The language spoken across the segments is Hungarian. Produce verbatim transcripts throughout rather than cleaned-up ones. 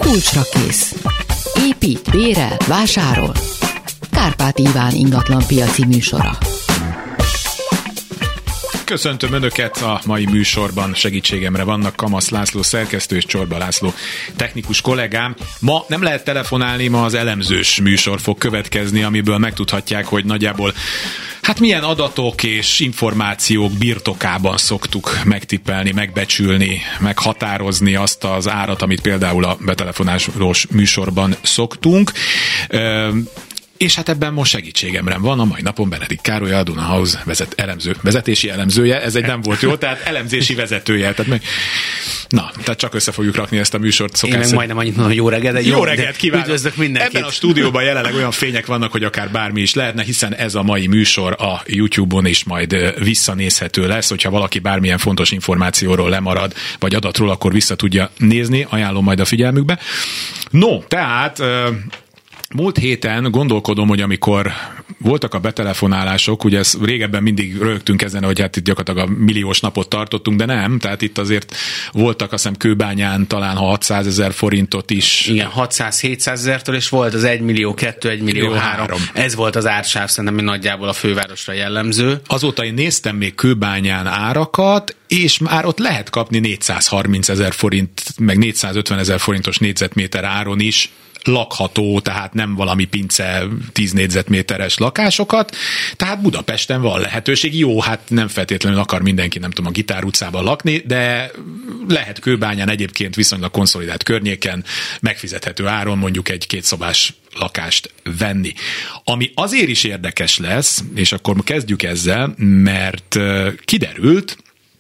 kulcsra kész. Épít, bérel, vásárol. Kárpát Iván ingatlan piaci műsora. Köszöntöm Önöket a mai műsorban, segítségemre vannak Kamasz László szerkesztő és Csorba László technikus kollégám. Ma nem lehet telefonálni, ma az elemzős műsor fog következni, amiből megtudhatják, hogy nagyjából hát milyen adatok és információk birtokában szoktuk megtippelni, megbecsülni, meghatározni azt az árat, amit például a betelefonálós műsorban szoktunk. És hát ebben most segítségemre van a mai napon Benedikt Károly, a Duna House vezet, elemző, vezetési elemzője, ez egy nem volt jó, tehát elemzési vezetője. Tehát meg, na, tehát csak össze fogjuk rakni ezt a műsort. Én meg majdnem annyit mondom, hogy jó reggelt, de jó, jó reggelt kívánok. Üdvözlök mindenkit. Ebben a stúdióban jelenleg olyan fények vannak, hogy akár bármi is lehetne, hiszen ez a mai műsor a YouTube-on is majd visszanézhető lesz, hogyha valaki bármilyen fontos információról lemarad, vagy adatról, akkor vissza tudja nézni, ajánlom majd a figyelmükbe. No, tehát múlt héten gondolkodom, hogy amikor voltak a betelefonálások, ugye ez régebben mindig rögtünk ezen, hogy hát itt gyakorlatilag a milliós napot tartottunk, de nem, tehát itt azért voltak azt hiszem Kőbányán talán hatszázezer forintot is. Igen, hatszáz-hétszázezertől, és volt az egy millió kettő, egy millió három. Ez volt az ársáv, szerintem nagyjából a fővárosra jellemző. Azóta én néztem még Kőbányán árakat, és már ott lehet kapni négyszázharmincezer forint, meg négyszázötvenezer forintos négyzetméter áron is lakható, tehát nem valami pince tíz négyzetméteres lakásokat, tehát Budapesten van lehetőség. Jó, hát nem feltétlenül akar mindenki, nem tudom, a Gitár utcában lakni, de lehet Kőbányán egyébként viszonylag konszolidált környéken megfizethető áron mondjuk egy kétszobás lakást venni. Ami azért is érdekes lesz, és akkor kezdjük ezzel, mert kiderült,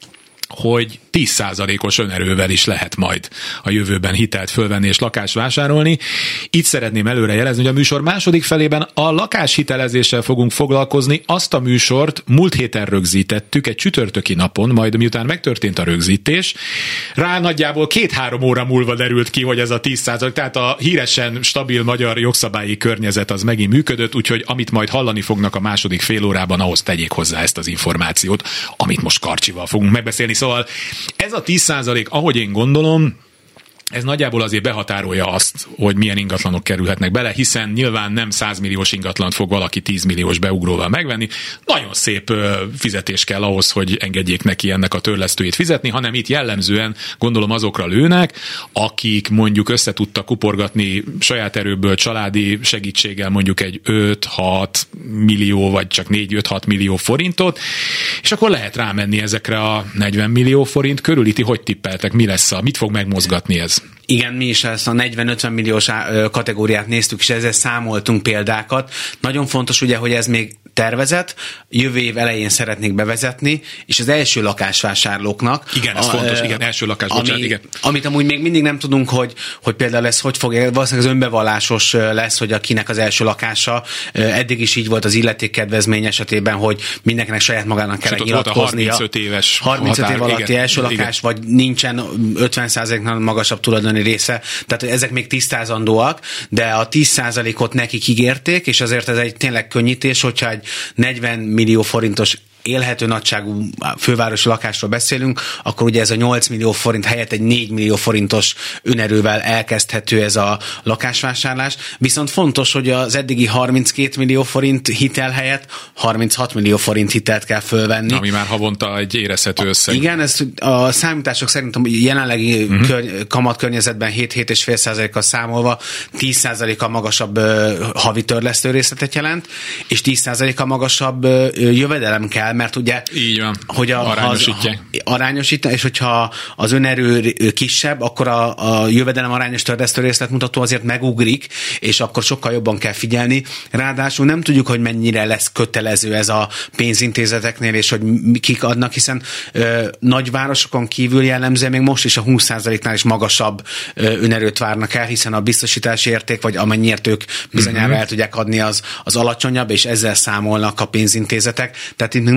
hogy tíz százalékos önerővel is lehet majd a jövőben hitelt fölvenni és lakást vásárolni. Itt szeretném előre jelezni, hogy a műsor második felében a lakáshitelezéssel fogunk foglalkozni. Azt a műsort múlt héten rögzítettük egy csütörtöki napon, majd miután megtörtént a rögzítés, rá nagyjából két-három óra múlva derült ki, hogy ez a tíz százalék, tehát a híresen stabil magyar jogszabályi környezet az megint működött, úgyhogy amit majd hallani fognak a második fél órában, ahhoz tegyék hozzá ezt az információt, amit most Karcsival fogunk megbeszélni. Szóval ez a tíz százalék, ahogy én gondolom, ez nagyjából azért behatárolja azt, hogy milyen ingatlanok kerülhetnek bele, hiszen nyilván nem száz milliós ingatlant fog valaki tíz milliós beugróval megvenni. Nagyon szép fizetés kell ahhoz, hogy engedjék neki ennek a törlesztőjét fizetni, hanem itt jellemzően gondolom azokra lőnek, akik mondjuk össze tudtak kuporgatni saját erőből, családi segítséggel mondjuk egy öt-hat millió, vagy csak négy-öt-hat millió forintot, és akkor lehet rámenni ezekre a negyven millió forint körül. Itt hogy tippeltek, mi lesz a, mit fog megmozgatni ez? Igen, mi is ezt a negyven-ötven milliós kategóriát néztük, és ezzel számoltunk példákat. Nagyon fontos ugye, hogy ez még tervezet, jövő év elején szeretnék bevezetni, és az első lakásvásárlóknak. Igen, ez a, fontos, igen, első lakás, ami, bocsánat, igen. Amit amúgy még mindig nem tudunk, hogy, hogy például ez hogy fog, valószínűleg az önbevallásos lesz, hogy akinek az első lakása, eddig is így volt az illetékkedvezmény esetében, hogy mindenkinek saját magának kell nyilatkoznia. harmincöt éves harmincöt határ, év alatti igen, első lakás, igen. Vagy nincsen ötven százaléknál magasabb tulajdoni része, tehát ezek még tisztázandóak, de a tíz százalékot nekik ígérték, és azért ez egy tényleg könnyítés, hogyha egy negyven millió forintos élhető nagyságú fővárosi lakásról beszélünk, akkor ugye ez a nyolc millió forint helyett egy négy millió forintos önerővel elkezdhető ez a lakásvásárlás. Viszont fontos, hogy az eddigi harminckét millió forint hitel helyett harminchat millió forint hitelt kell fölvenni. Ami már havonta egy érezhető összeg. Igen, ez a számítások szerint a jelenlegi uh-huh. kör, kamatkörnyezetben hét-hét egész öt százalékkal számolva tíz százalékkal magasabb uh, havi törlesztő részletet jelent, és tíz százalékkal magasabb uh, jövedelem kell, mert ugye így van, hogy a, arányosítják. Arányosítja, és hogyha az önerő kisebb, akkor a, a jövedelem arányos törlesztő részletmutató azért megugrik, és akkor sokkal jobban kell figyelni. Ráadásul nem tudjuk, hogy mennyire lesz kötelező ez a pénzintézeteknél, és hogy kik adnak, hiszen ö, nagyvárosokon kívül jellemzően még most is a húsz százaléknál is magasabb ö, önerőt várnak el, hiszen a biztosítási érték, vagy amennyiért ők bizonyára mm-hmm. el tudják adni, az, az alacsonyabb, és ezzel számolnak a pénzintézetek. Tehát itt még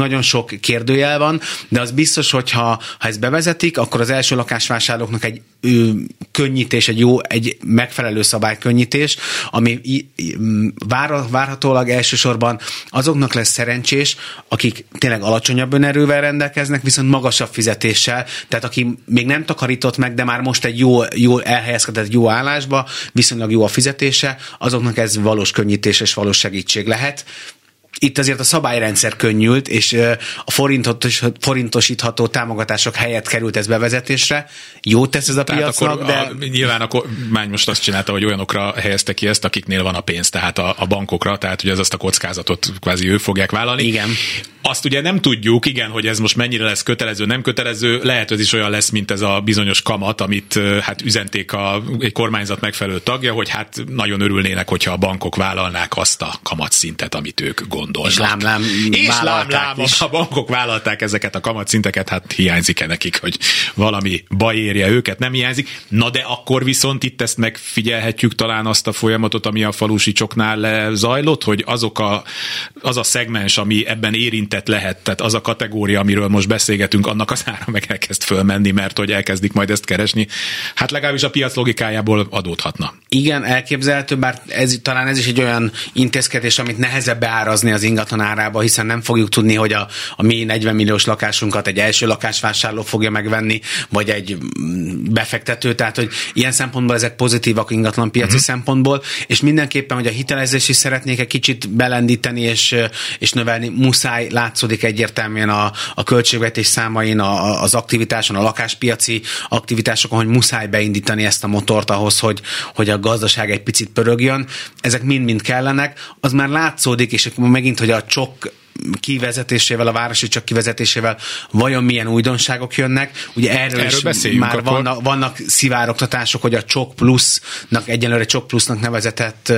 nagyon sok kérdőjel van, de az biztos, hogy ha, ha ezt bevezetik, akkor az első lakásvásárlóknak egy ő, könnyítés, egy jó, egy megfelelő szabálykönnyítés, ami vár, várhatólag elsősorban azoknak lesz szerencsés, akik tényleg alacsonyabb önerővel rendelkeznek, viszont magasabb fizetéssel, tehát aki még nem takarított meg, de már most egy jó, jó elhelyezkedett jó állásba, viszonylag jó a fizetése, azoknak ez valós könnyítés és valós segítség lehet. Itt azért a szabályrendszer könnyült, és a forintos, forintosítható támogatások helyett került ez bevezetésre. Jó tesz ez a tehát piacnak, de... A, nyilván a kormány most azt csinálta, hogy olyanokra helyezte ki ezt, akiknél van a pénz, tehát a, a bankokra, tehát ugye ez azt a kockázatot kvázi ők fogják vállalni. Igen. Azt ugye nem tudjuk, igen, hogy ez most mennyire lesz kötelező, nem kötelező, lehet, hogy is olyan lesz, mint ez a bizonyos kamat, amit hát üzenték a, egy kormányzat megfelelő tagja, hogy hát nagyon örülnének, hogyha a bankok vállalnák azt a kamatszintet, amit ők gondolnak. És lám-lám és lám-lám, a bankok vállalták ezeket a kamatszinteket, hát hiányzik-e nekik, hogy valami baj érje őket, nem hiányzik. Na de akkor viszont itt ezt megfigyelhetjük talán azt a folyamatot, ami a falusi csoknál zajlott, hogy azok a, az a szegmens, ami ebben érintett lehet, tehát az a kategória, amiről most beszélgetünk, annak az ára meg elkezd fölmenni, mert hogy elkezdik majd ezt keresni. Hát legalábbis a piac logikájából adódhatna. Igen, elképzelhető, bár ez, talán ez is egy olyan intézkedés, amit nehezebb beárazni az ingatlan árába, hiszen nem fogjuk tudni, hogy a, a mi negyven milliós lakásunkat egy első lakásvásárló fogja megvenni, vagy egy befektető, tehát hogy ilyen szempontból ezek pozitívak ingatlanpiaci uh-huh. szempontból, és mindenképpen, hogy a hitelezés is szeretnék egy kicsit belendíteni és, és növelni, muszáj, látszódik egyértelműen a, a költségvetés számain, a, az aktivitáson, a lakáspiaci aktivitásokon, hogy muszáj beindítani ezt a motort ahhoz, hogy, hogy a gazdaság egy picit pörögjön. Ezek mind-mind kellenek. Az már látszódik, és megint, hogy a csok kivezetésével, a városi csak kivezetésével vajon milyen újdonságok jönnek. Ugye erről, erről is már vannak, vannak szivárogtatások, hogy a csok plusznak, egyenlőre csok plusznak nevezetett,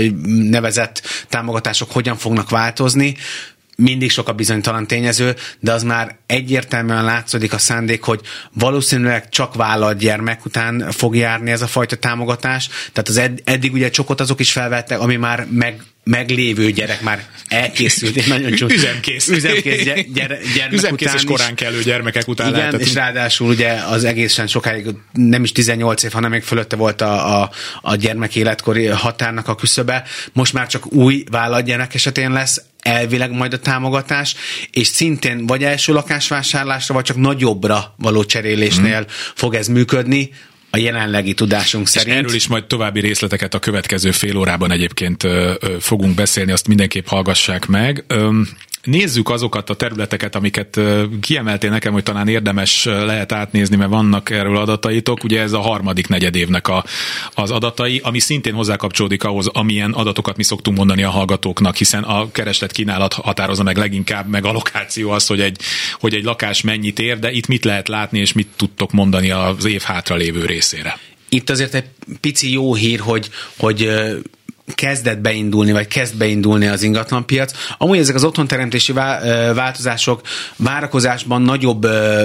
nevezett támogatások hogyan fognak változni. Mindig sok a bizonytalan tényező, de az már egyértelműen látszódik a szándék, hogy valószínűleg csak vállalt gyermek után fog járni ez a fajta támogatás. Tehát az ed- eddig ugye csokot azok is felvettek, ami már meg meglévő gyerek már elkészült, nagyon csúcs. Üzemkész. Üzemkész gyere, gyermek Üzemkész után és korán kellő gyermekek után. Igen, lehetett. És ráadásul ugye az egészen sokáig nem is tizennyolc év, hanem még fölötte volt a, a, a gyermek életkori határnak a küszöbe. Most már csak új vállalt gyermek esetén lesz elvileg majd a támogatás, és szintén vagy első lakásvásárlásra, vagy csak nagyobbra való cserélésnél hmm. fog ez működni, a jelenlegi tudásunk és szerint. Erről is majd további részleteket a következő fél órában egyébként ö, ö, fogunk beszélni, azt mindenképp hallgassák meg. Ö, Nézzük azokat a területeket, amiket kiemeltél nekem, hogy talán érdemes lehet átnézni, mert vannak erről adataitok. Ugye ez a harmadik negyedévnek a, az adatai, ami szintén hozzákapcsolódik ahhoz, amilyen adatokat mi szoktunk mondani a hallgatóknak, hiszen a kereslet kínálat határozza meg leginkább, meg a lokáció az, hogy egy, hogy egy lakás mennyit ér, de itt mit lehet látni, és mit tudtok mondani az év hátralévő részére? Itt azért egy pici jó hír, hogy, hogy kezdett beindulni, vagy kezd beindulni az ingatlanpiac. Amúgy ezek az otthonteremtési változások várakozásban nagyobb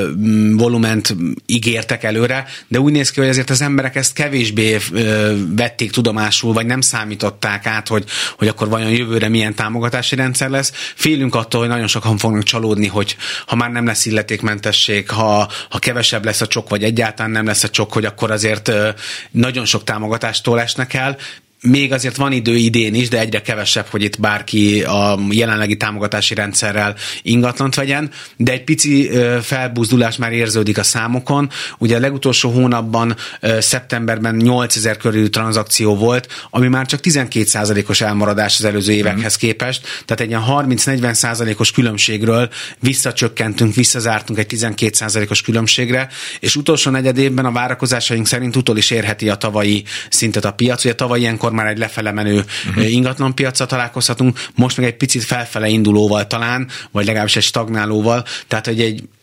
volument ígértek előre, de úgy néz ki, hogy azért az emberek ezt kevésbé vették tudomásul, vagy nem számították át, hogy, hogy akkor vajon jövőre milyen támogatási rendszer lesz. Félünk attól, hogy nagyon sokan fognak csalódni, hogy ha már nem lesz illetékmentesség, ha, ha kevesebb lesz a csok, vagy egyáltalán nem lesz a csok, hogy akkor azért nagyon sok támogatástól esnek el. Még azért van idő idén is, de egyre kevesebb, hogy itt bárki a jelenlegi támogatási rendszerrel ingatlant vegyen, de egy pici felbuzdulás már érződik a számokon. Ugye a legutolsó hónapban, szeptemberben nyolcezer körül tranzakció volt, ami már csak tizenkét százalékos elmaradás az előző évekhez képest, tehát egy ilyen harminc-negyven százalékos különbségről visszacsökkentünk, visszazártunk egy tizenkét százalékos különbségre, és utolsó negyed évben a várakozásaink szerint utol is érheti a tavalyi szintet a piac. Ugye tavaly ilyenkor már egy lefele menő uh-huh. ingatlanpiacra találkozhatunk, most meg egy picit felfele indulóval talán, vagy legalábbis egy stagnálóval, tehát hogy egy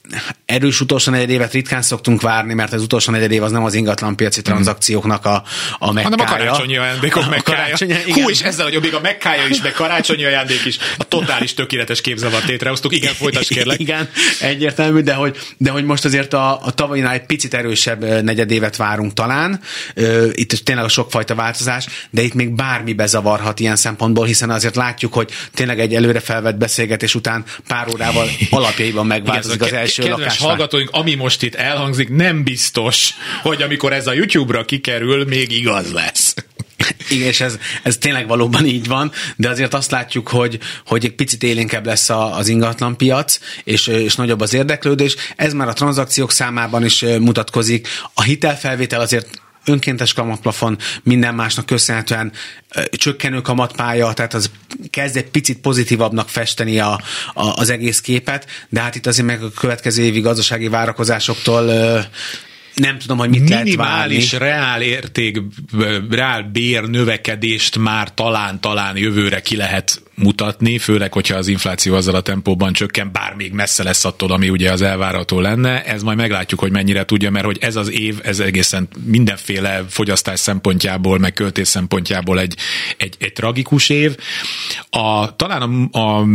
erős utolsó negyed évet ritkán szoktunk várni, mert az utolsó negyed év az nem az ingatlanpiaci tranzakcióknak a, a mekkája. Hanem a karácsonyi ajándékok mekkája. Hú, és ezzel, hogy még a mekkája is, meg karácsonyi ajándék is, a totális tökéletes képzavart létrehoztuk. Igen, folytass kérlek. Igen, egyértelmű, de hogy, de hogy most azért a, a tavalyinál egy picit erősebb negyed évet várunk talán. Itt tényleg a sokfajta változás, de itt még bármi bezavarhat ilyen szempontból, hiszen azért látjuk, hogy tényleg egy előre felvett beszélgetés után pár órával alapjaiban megváltozik az első Kedves lakásvár. hallgatóink, ami most itt elhangzik, nem biztos, hogy amikor ez a YouTube-ra kikerül, még igaz lesz. Igen, és ez, ez tényleg valóban így van, de azért azt látjuk, hogy, hogy egy picit élénkebb lesz a, az ingatlanpiac, és, és nagyobb az érdeklődés. Ez már a tranzakciók számában is mutatkozik. A hitelfelvétel azért önkéntes kamatplafon, minden másnak köszönhetően ö, csökkenő kamatpálya, tehát az kezd egy picit pozitívabbnak festeni a, a, az egész képet, de hát itt azért meg a következő évi gazdasági várakozásoktól ö, nem tudom, hogy mit lehet várni. Minimális reál érték, reál bér növekedést már talán-talán jövőre ki lehet mutatni, főleg, hogyha az infláció azzal a tempóban csökken, bár még messze lesz attól, ami ugye az elvárható lenne. Ez majd meglátjuk, hogy mennyire tudja, mert hogy ez az év, ez egészen mindenféle fogyasztás szempontjából, meg költés szempontjából egy, egy, egy tragikus év. A, talán a, a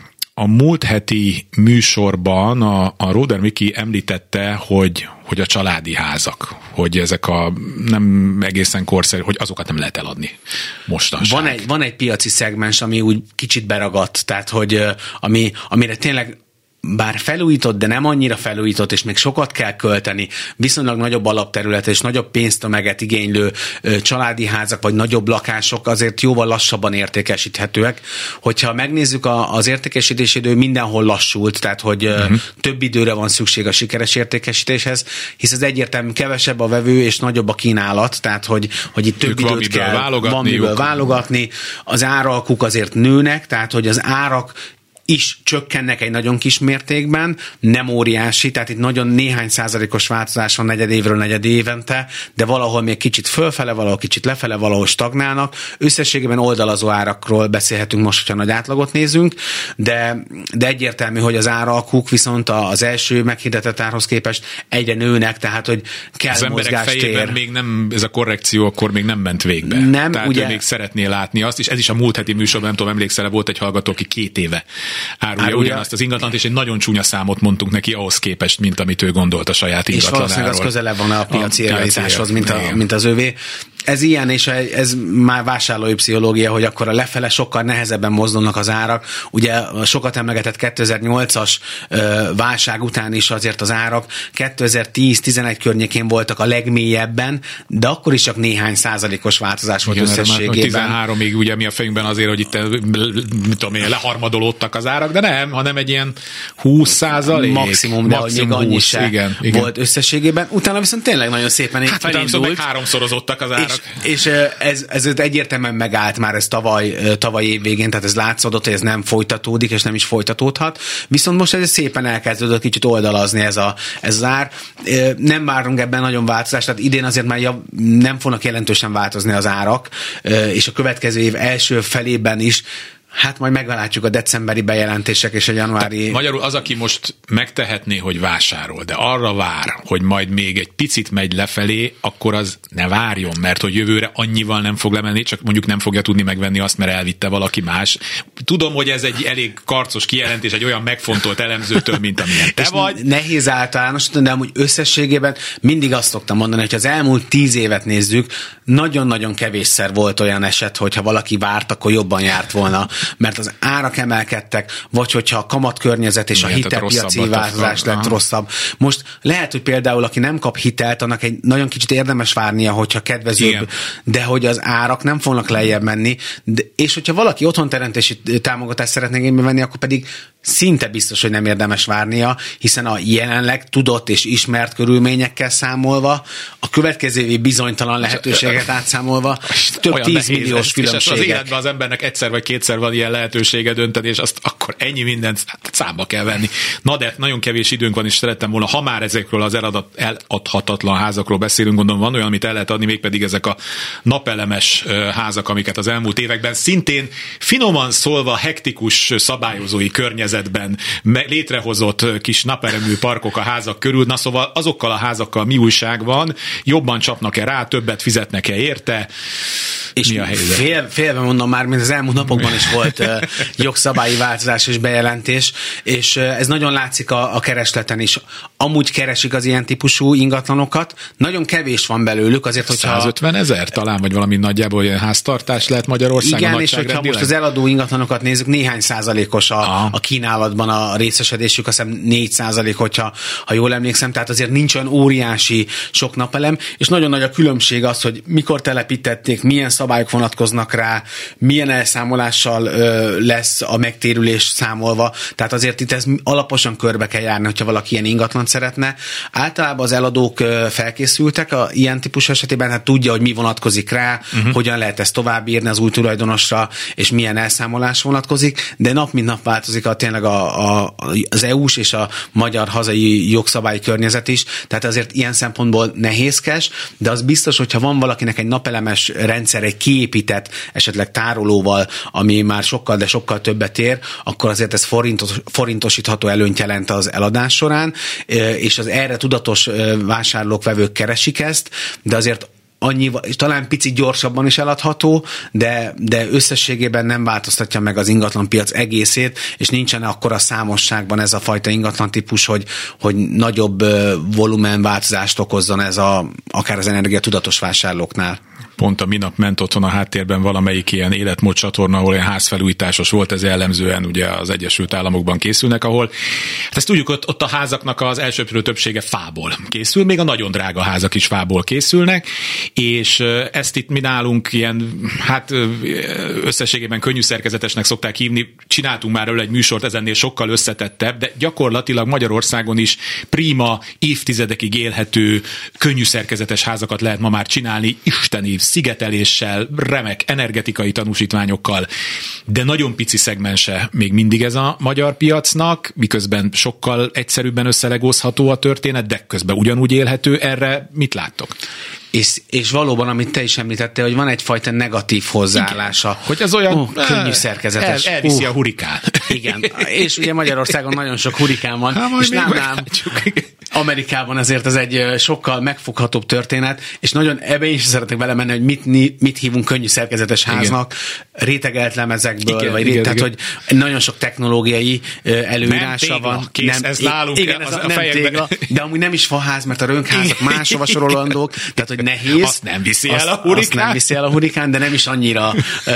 A múlt heti műsorban a, a Róder Miki említette, hogy, hogy a családi házak, hogy ezek a nem egészen korszerű, hogy azokat nem lehet eladni mostanság. Van egy, van egy piaci szegmens, ami úgy kicsit beragadt, tehát hogy ami, amire tényleg bár felújított, de nem annyira felújított, és még sokat kell költeni, viszonylag nagyobb alapterület és nagyobb pénztömeget igénylő ö, családi házak, vagy nagyobb lakások azért jóval lassabban értékesíthetőek. Hogyha megnézzük a, az értékesítési idő, mindenhol lassult, tehát hogy ö, uh-huh. több időre van szükség a sikeres értékesítéshez, hisz az egyértelmű kevesebb a vevő és nagyobb a kínálat, tehát hogy, hogy itt több időt kell, van miből válogatni. Az áralkuk azért nőnek, tehát hogy az árak is csökkennek egy nagyon kis mértékben, nem óriási, tehát itt nagyon néhány százalékos változás van negyed évről negyed évente, de valahol még kicsit fölfele, valahol kicsit lefele, valahol stagnálnak. Összességében oldalazó árakról beszélhetünk most, hogyha nagy átlagot nézünk, de, de egyértelmű, hogy az áralkuk viszont az első meghirdetett árhoz képest egyre nőnek, tehát hogy kell az mozgástér. emberek fejében még nem, ez a korrekció akkor még nem ment végbe. Nem, tehát ugye, ő még szeretné látni azt, és ez is a múlt heti műsorban, nem tudom, emlékszel, volt egy hallgató, aki két éve árulja, árulja ugyanazt az ingatlant, és egy nagyon csúnya számot mondtunk neki ahhoz képest, mint amit ő gondolt a saját ingatlanáról. És valószínűleg az közelebb van a piaci realitáshoz, mint, a, mint az övé. Ez ilyen, és ez már vásárlói pszichológia, hogy akkor a lefele sokkal nehezebben mozdulnak az árak. Ugye a sokat emlegetett kétezer-nyolcas válság után is azért az árak kétezer-tíz-tizenegy környékén voltak a legmélyebben, de akkor is csak néhány százalékos változás volt. Igen, összességében. tizenháromig ugye mi a fejünkben azért, hogy itt mit tudom én, leharmadolódtak az árak, de nem, hanem egy ilyen húsz százalék. Maximum, de maximum még annyi se igen, igen. volt összességében. Utána viszont tényleg nagyon szépen hát felindult. Utána háromszorozottak az árak. És, és ez, ez egyértelműen megállt már ez tavaly, tavaly év végén, tehát ez látszódott, hogy ez nem folytatódik, és nem is folytatódhat. Viszont most ez szépen elkezdődött kicsit oldalazni ez, a, ez az ár. Nem várunk ebben nagyon változást, tehát idén azért már jav, nem fognak jelentősen változni az árak, és a következő év első felében is. Hát majd meglátjuk a decemberi bejelentések és a januári... Tehát magyarul az, aki most megtehetné, hogy vásárol, de arra vár, hogy majd még egy picit megy lefelé, akkor az ne várjon, mert hogy jövőre annyival nem fog lemenni, csak mondjuk nem fogja tudni megvenni azt, mert elvitte valaki más. Tudom, hogy ez egy elég karcos kijelentés egy olyan megfontolt elemzőtől, mint amilyen te vagy. Nehéz általánosítani, de amúgy összességében mindig azt szoktam mondani, hogy az elmúlt tíz évet nézzük, nagyon-nagyon kevésszer volt olyan eset, hogyha valaki várt, akkor jobban járt volna, mert az árak emelkedtek, vagy hogyha a kamatkörnyezet és igen, a hitelpiaci változás lett rosszabb. Most lehet, hogy például aki nem kap hitelt, annak egy nagyon kicsit érdemes várnia, hogyha kedvezőbb, igen. de hogy az árak nem fognak lejjebb menni, de, és hogyha valaki otthonteremtési támogatást szeretne igénybe venni, akkor pedig szinte biztos, hogy nem érdemes várnia, hiszen a jelenleg tudott és ismert körülményekkel számolva, a következő évi bizonytalan lehetőséget átszámolva, több tízmilliós különbségek. És az életben az embernek egyszer vagy kétszer van ilyen lehetősége dönteni, és azt akkor ennyi mindent számba kell venni. Na de nagyon kevés időnk van, és szerettem volna, ha már ezekről az eladat, eladhatatlan házakról beszélünk, gondolom van olyan, amit el lehet adni, mégpedig ezek a napelemes házak, amiket az elmúlt években szintén finoman szólva hektikus szabályozói környezet környezetben létrehozott kis naperőmű parkok a házak körül, na szóval azokkal a házakkal mi újság van, jobban csapnak-e rá, többet fizetnek-e érte, és mi a helyzet? Fél, félve mondom már, mint az elmúlt napokban is volt uh, jogszabályi változás és bejelentés, és uh, ez nagyon látszik a, a keresleten is. Amúgy keresik az ilyen típusú ingatlanokat, nagyon kevés van belőlük, azért, hogyha... százötven ezer talán, vagy valami nagyjából ilyen háztartás lehet Magyarországon. Igen, és hogyha most az eladó ingatlanokat nézzük, néhány százalékos a, a kínálatban a részesedésük, azt hiszem négy százalék, hogyha ha jól emlékszem, tehát azért nincs olyan óriási sok napelem, és nagyon nagy a különbség az, hogy mikor telepítették, milyen szabályok vonatkoznak rá, milyen elszámolással ö, lesz a megtérülés számolva, tehát azért itt ez alaposan körbe kell járni, hogyha valaki ilyen ingatlant szeretne. Általában az eladók ö, felkészültek a ilyen típus esetében, hát tudja, hogy mi vonatkozik rá, uh-huh. hogyan lehet ezt továbbírni az új tulajdonosra, és milyen elszámolás vonatkozik, de nap mint nap változik a, tényleg a, a, az é u-s és a magyar hazai jogszabályi környezet is, tehát azért ilyen szempontból nehézkes, de az biztos, hogyha van valakinek egy napelemes rendszer, egy kiépített, esetleg tárolóval, ami már sokkal, de sokkal többet ér, akkor azért ez forintos, forintosítható előnyt jelent az eladás során, és az erre tudatos vásárlók, vevők keresik ezt, de azért annyi, és talán picit gyorsabban is eladható, de, de összességében nem változtatja meg az ingatlanpiac egészét, és nincsen akkora számosságban ez a fajta ingatlan típus, hogy, hogy nagyobb volumen változást okozzon ez a, akár az energia tudatos vásárlóknál. Pont a minap ment otthon a háttérben valamelyik ilyen életmód csatorna, ahol ilyen házfelújításos volt, ez jellemzően ugye az Egyesült Államokban készülnek, ahol hát ezt tudjuk, ott, ott a házaknak az elsőprő többsége fából készül, még a nagyon drága házak is fából készülnek, és ezt itt mi nálunk ilyen, hát összességében könnyű szerkezetesnek szokták hívni, csináltunk már előle egy műsort, ez ennél sokkal összetettebb, de gyakorlatilag Magyarországon is prima, évtizedekig élhető, könnyű szerkezetes házakat lehet ma már csinálni, isteni szigeteléssel, remek energetikai tanúsítványokkal, de nagyon pici szegmense még mindig ez a magyar piacnak, miközben sokkal egyszerűbben összelegózható a történet, de közben ugyanúgy élhető. Erre mit láttok? És, és valóban, amit te is említettél, hogy van egyfajta negatív hozzáállása. Igen, hogy az olyan oh, könnyű szerkezetes. El, elviszi uh, a hurikán. Igen, és ugye Magyarországon nagyon sok hurikán van, ha, és nem, nem. Amerikában azért ez egy sokkal megfoghatóbb történet, és nagyon ebbe is szeretnék belemenni, hogy mit, mit hívunk könnyű szerkezetes háznak, igen. rétegelt lemezekből, igen, vagy igen, tehát, igen. hogy nagyon sok technológiai előírása van. Kész, nem, ez nálunk igen, ez a, a nem tégla, de amúgy nem is faház, mert a rönkházak máshova sorolandók, tehát hogy nehéz. Azt nem viszi el a hurikán. Azt nem viszi el a hurikán, de nem is annyira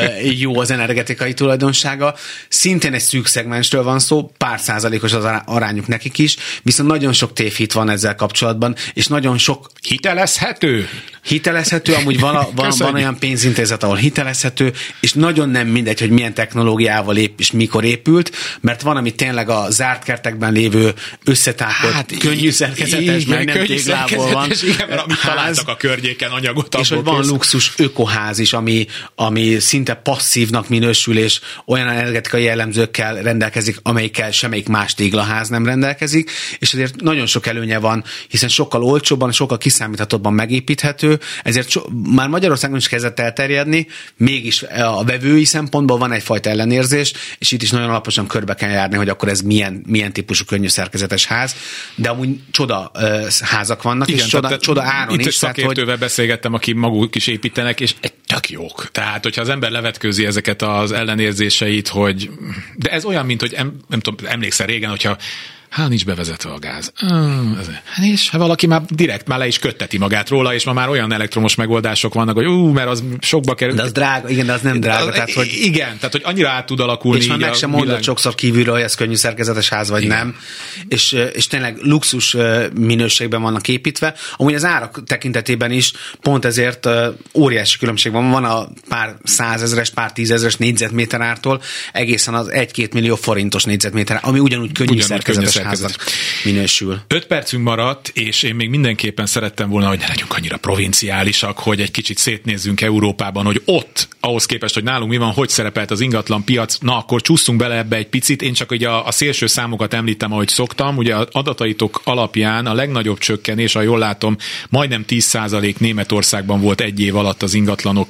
jó az energetikai tulajdonsága. Szintén egy szűk szegmensről van szó, pár százalékos az arányuk nekik is, viszont nagyon sok tévhit van ezzel kapcsolatban, és nagyon sok... Hitelezhető? Hitelezhető, amúgy vala, van, van olyan pénzintézet, ahol hitelezhető, és nagyon nem mindegy, hogy milyen technológiával ép, és mikor épült, mert van, ami tényleg a zárt kertekben lévő összetákolt, hát, könnyű szerkezetes, meg nem téglából van. Igen, mert amit találtak a környéken anyagot. És hogy van luxus ökoház is, ami, ami szinte passzívnak minősül, és olyan energetikai jellemzőkkel rendelkezik, amelyikkel semmelyik más téglaház nem rendelkezik, és ezért nagyon sok előnye van, hiszen sokkal olcsóbban, sokkal kiszámíthatóbban megépíthető, ezért so, már Magyarországon is kezdett elterjedni, mégis a vevői szempontból van egyfajta ellenérzés, és itt is nagyon alaposan körbe kell járni, hogy akkor ez milyen, milyen típusú könnyű szerkezetes ház, de amúgy csoda uh, házak vannak, igen, és csoda, tehát, csoda áron itt is. Szakértővel hogy... beszélgettem, aki maguk is építenek, és egy tök jók. Tehát, hogyha az ember levetkőzi ezeket az ellenérzéseit, hogy... De ez olyan, mint hogy em, nem tudom, emlékszel régen, hogyha hát nincs bevezetve a gáz. Hát és ha valaki már direkt már le is kötteti magát róla, és ma már olyan elektromos megoldások vannak, hogy ú, mert az sokba kerül. De az drága, igen, de az nem drága. Az, tehát, hogy... Igen, tehát hogy annyira át tud alakulni. És már meg sem mondod sokszor kívülről, hogy ez könnyű szerkezetes ház, vagy igen. nem. És, és tényleg luxus minőségben vannak építve. Amúgy az árak tekintetében is pont ezért óriási különbség van. Van a pár százezres, pár tízezres négyzetméter ártól egészen az egy-két millió forintos négyzetméter, ami ugyanúgy könnyű ugyanúgy szerkezetes háznak minősül. Öt percünk maradt, és én még mindenképpen szerettem volna, hogy ne legyünk annyira provinciálisak, hogy egy kicsit szétnézzünk Európában, hogy ott, ahhoz képest, hogy nálunk mi van, hogy szerepelt az ingatlan piac, na akkor csúszunk bele ebbe egy picit. Én csak ugye a, a szélső számokat említem, ahogy szoktam. Ugye az adataitok alapján a legnagyobb csökkenés, ha jól látom, majdnem tíz százalék Németországban volt egy év alatt az ingatlanok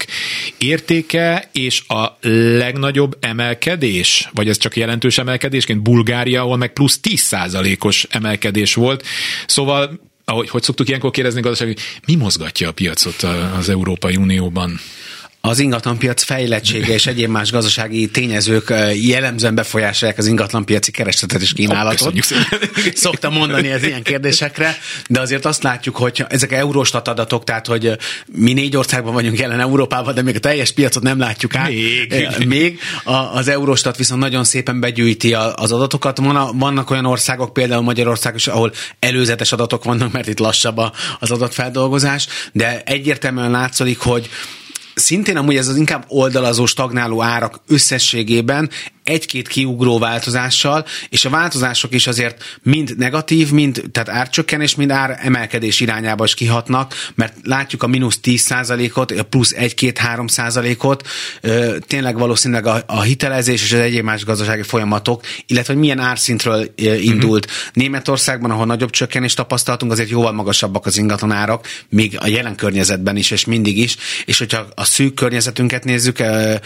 értéke, és a legnagyobb emelkedés, vagy ez csak jelentős emelkedésként Bulgária, ahol meg plusz tíz százalékos emelkedés volt. Szóval, ahogy hogy szoktuk ilyenkor kérdezni gazdasági, mi mozgatja a piacot az Európai Unióban? Az ingatlanpiac fejlettsége és egyéb más gazdasági tényezők jellemzően befolyásolják az ingatlanpiaci keresletet és kínálatot. Szoktam mondani ez ilyen kérdésekre, de azért azt látjuk, hogy ezek Eurostat adatok, tehát hogy mi négy országban vagyunk jelen Európában, de még a teljes piacot nem látjuk át. Még. még. Az Eurostat viszont nagyon szépen begyűjti az adatokat. Vannak olyan országok, például Magyarország is, ahol előzetes adatok vannak, mert itt lassabb az adatfeldolgozás, de egyértelműen látszik, hogy szintén amúgy ez az inkább oldalazó, stagnáló árak összességében egy-két kiugró változással, és a változások is azért mind negatív, mind, tehát árcsökkenés, mind ár emelkedés irányába is kihatnak, mert látjuk a mínusz tíz százalékot, a plusz egy-két-három százalékot, tényleg valószínűleg a, a hitelezés és az egyéb más gazdasági folyamatok, illetve hogy milyen árszintről indult. Mm-hmm. Németországban, ahol nagyobb csökkenést tapasztaltunk, azért jóval magasabbak az ingatlanárak, még a jelen környezetben is, és mindig is, és hogyha a szűk környezetünket nézzük,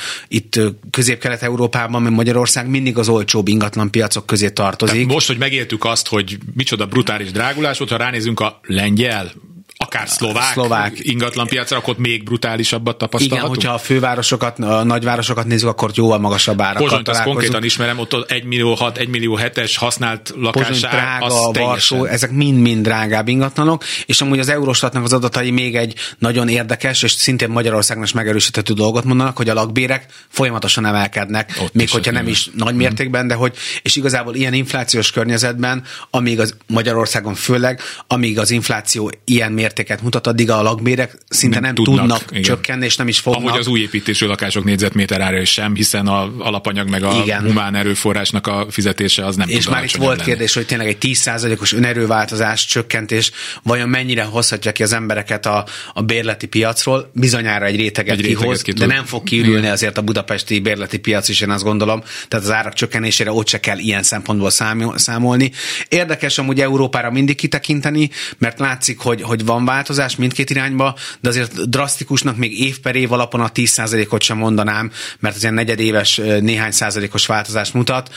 itt Közép-Kelet-Európában, mert Magyarország mindig az olcsóbb ingatlan piacok közé tartozik. Tehát most, hogy megéltük azt, hogy micsoda brutális drágulás volt, ha ránézünk a lengyel, akár szlovák, szlovák ingatlanpiacra, akkor még brutálisabbat tapasztalhatunk. Igen, hogyha a fővárosokat, a nagyvárosokat nézzük, akkor jóval magasabb árakat találkozunk. Pozsonyt, azt konkrétan ismerem, ott egy millió hat, egy millió hetes használt lakásár, Prága, Varsó, ezek mind-mind drágább ingatlanok, és amúgy az Eurostatnak az adatai még egy nagyon érdekes, és szintén Magyarországnak is megerősíthető dolgot mondanak, hogy a lakbérek folyamatosan emelkednek, ott még hogyha nem is nagy mértékben, de hogy, és igazából ilyen inflációs környezetben, amíg az Magyarországon főleg, amíg az infláció ilyen mértéket mutat, addig a lakbérek szinte nem, nem tudnak, tudnak csökkenni, és nem is fognak. Ahogy az új építésű lakások négyzetméter ára is sem, hiszen a alapanyag meg a igen. humán erőforrásnak a fizetése az nem és tud. És már itt volt lenni. Kérdés, hogy tényleg egy tíz százalékos önerőváltozás, csökkentés vajon mennyire hozhatja ki az embereket a, a bérleti piacról? Bizonyára egy réteget, egy réteget kihoz, ki de nem fog kiürülni azért a budapesti bérleti piac is, én azt gondolom. Tehát az árak csökkenésére ott se kell ilyen szempontból számolni. Érdekes amúgy Európára mindig kitekinteni, mert látszik, hogy, hogy van változás mindkét irányba, de azért drasztikusnak még év per év alapon a tíz százalékot sem mondanám, mert az ilyen negyedéves néhány százalékos változást mutat.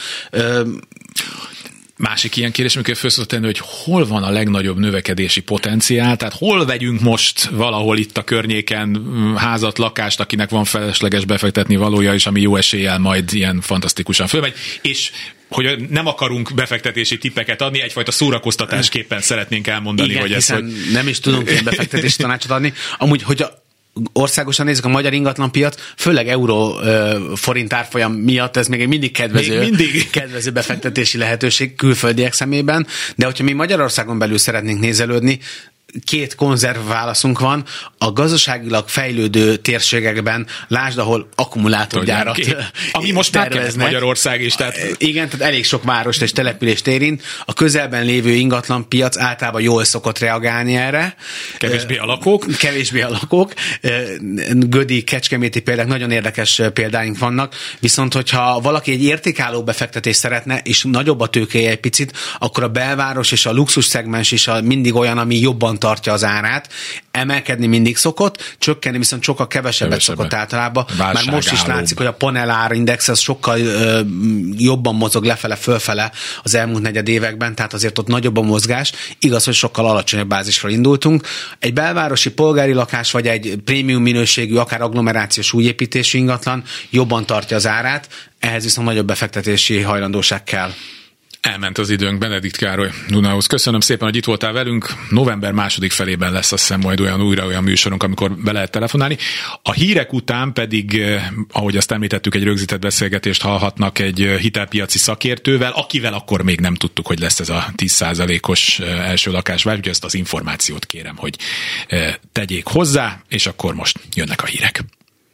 Másik ilyen kérdés, amikor föl szokott tenni, hogy hol van a legnagyobb növekedési potenciál, tehát hol vegyünk most valahol itt a környéken házat, lakást, akinek van felesleges befektetni valója is, ami jó eséllyel majd ilyen fantasztikusan fölmegy, és hogy nem akarunk befektetési tippeket adni, egyfajta szórakoztatásképpen szeretnénk elmondani, igen, hogy ez... Hogy... nem is tudunk ilyen befektetési tanácsot adni. Amúgy, hogy a országosan nézzük a magyar ingatlanpiac, főleg euró forint árfolyam miatt ez még mindig kedvező, még mindig kedvező befektetési lehetőség külföldiek szemében, de hogyha mi Magyarországon belül szeretnénk nézelődni, két konzerv válaszunk van, a gazdaságilag fejlődő térségekben, lásd, ahol akkumulátorgyárat ami most terveznek. Magyarország is. Tehát... Igen, tehát elég sok várost és települést érint. A közelben lévő ingatlan piac általában jól szokott reagálni erre. Kevésbé a lakók. Kevésbé a lakók. Gödi, kecskeméti példák, nagyon érdekes példáink vannak, viszont hogyha valaki egy értékálló befektetést szeretne, és nagyobb a tőkéje egy picit, akkor a belváros és a luxus szegmens is a mindig olyan, ami jobban tartja az árát, emelkedni mindig szokott, csökkenni viszont sokkal kevesebbet Kevesebbe. szokott általában. Már most is látszik, hogy a panel árindex az sokkal ö, jobban mozog lefele, fölfele az elmúlt negyed években, tehát azért ott nagyobb a mozgás. Igaz, hogy sokkal alacsonyabb bázisról indultunk. Egy belvárosi polgári lakás, vagy egy prémium minőségű, akár agglomerációs újépítésű ingatlan jobban tartja az árát, ehhez viszont nagyobb befektetési hajlandóság kell. Elment az időnk, Benedikt Károly Dunához. Köszönöm szépen, hogy itt voltál velünk. November második felében lesz, azt hiszem, majd olyan újra olyan műsorunk, amikor be lehet telefonálni. A hírek után pedig, ahogy azt említettük, egy rögzített beszélgetést hallhatnak egy hitelpiaci szakértővel, akivel akkor még nem tudtuk, hogy lesz ez a tíz százalékos első lakásvágy, úgyhogy ezt az információt kérem, hogy tegyék hozzá, és akkor most jönnek a hírek.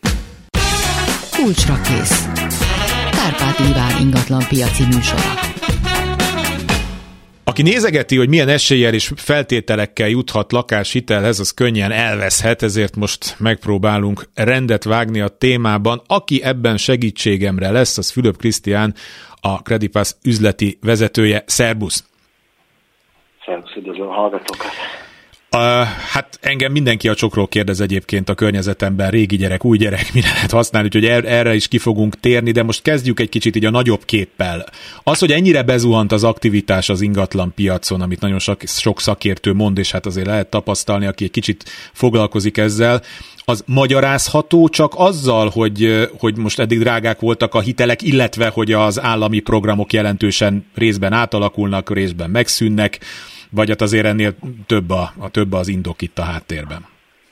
Kulcsra kész. Kárpát Iván ingatlan piaci műsora. Aki nézegeti, hogy milyen eséllyel és feltételekkel juthat lakáshitelhez, az könnyen elveszhet, ezért most megpróbálunk rendet vágni a témában. Aki ebben segítségemre lesz, az Fülöp Krisztián, a Credipass üzleti vezetője. Szerbusz! Szerbusz, üdvözlöm a hallgatókat! Uh, hát engem mindenki a csokról kérdez egyébként a környezetemben, régi gyerek, új gyerek, mire lehet használni, úgyhogy er, erre is ki fogunk térni, de most kezdjük egy kicsit így a nagyobb képpel. Az, hogy ennyire bezuhant az aktivitás az ingatlan piacon, amit nagyon sok, sok szakértő mond, és hát azért lehet tapasztalni, aki egy kicsit foglalkozik ezzel, az magyarázható csak azzal, hogy, hogy most eddig drágák voltak a hitelek, illetve hogy az állami programok jelentősen részben átalakulnak, részben megszűnnek, vagy hát azért ennél több, a, a több az indok itt a háttérben?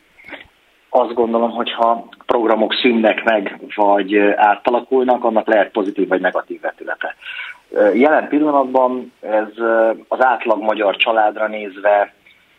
Azt gondolom, hogyha programok szűnnek meg, vagy átalakulnak, annak lehet pozitív vagy negatív vetülete. Jelen pillanatban ez az átlag magyar családra nézve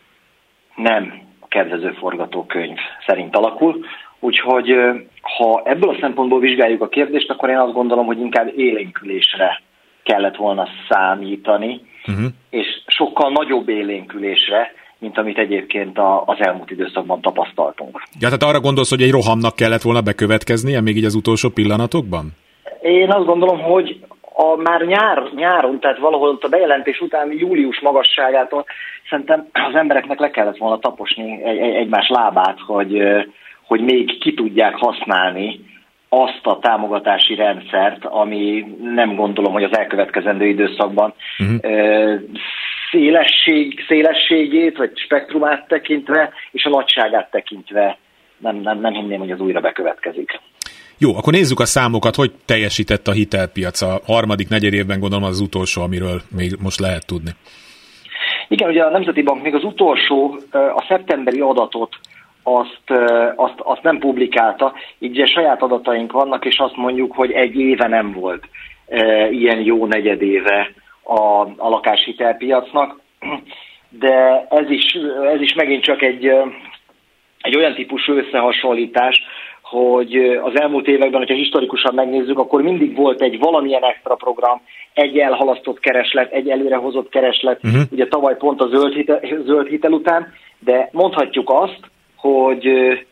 nem a kedvező forgatókönyv szerint alakul, úgyhogy ha ebből a szempontból vizsgáljuk a kérdést, akkor én azt gondolom, hogy inkább élénkülésre kellett volna számítani, uh-huh. és sokkal nagyobb élénkülésre, mint amit egyébként a, az elmúlt időszakban tapasztaltunk. Ja, tehát arra gondolsz, hogy egy rohamnak kellett volna bekövetkeznie még így az utolsó pillanatokban? Én azt gondolom, hogy a, már nyár, nyáron, tehát valahol ott a bejelentés után július magasságától szerintem az embereknek le kellett volna taposni egy, egy, egymás lábát, hogy, hogy még ki tudják használni azt a támogatási rendszert, ami nem gondolom, hogy az elkövetkezendő időszakban uh-huh. szélesség, szélességét vagy spektrumát tekintve és a nagyságát tekintve nem, nem, nem hinném, hogy az újra bekövetkezik. Jó, akkor nézzük a számokat, hogy teljesített a hitelpiac a harmadik negyed évben, gondolom az utolsó, amiről még most lehet tudni. Igen, ugye a Nemzeti Bank még az utolsó, a szeptemberi adatot Azt, azt, azt nem publikálta, így ugye saját adataink vannak, és azt mondjuk, hogy egy éve nem volt e, ilyen jó negyedéve a, a lakáshitelpiacnak, de ez is, ez is megint csak egy, egy olyan típusú összehasonlítás, hogy az elmúlt években, hogyha historikusan megnézzük, akkor mindig volt egy valamilyen extra program, egy elhalasztott kereslet, egy előrehozott kereslet, uh-huh. ugye tavaly pont a zöld hitel, zöld hitel után, de mondhatjuk azt, hogy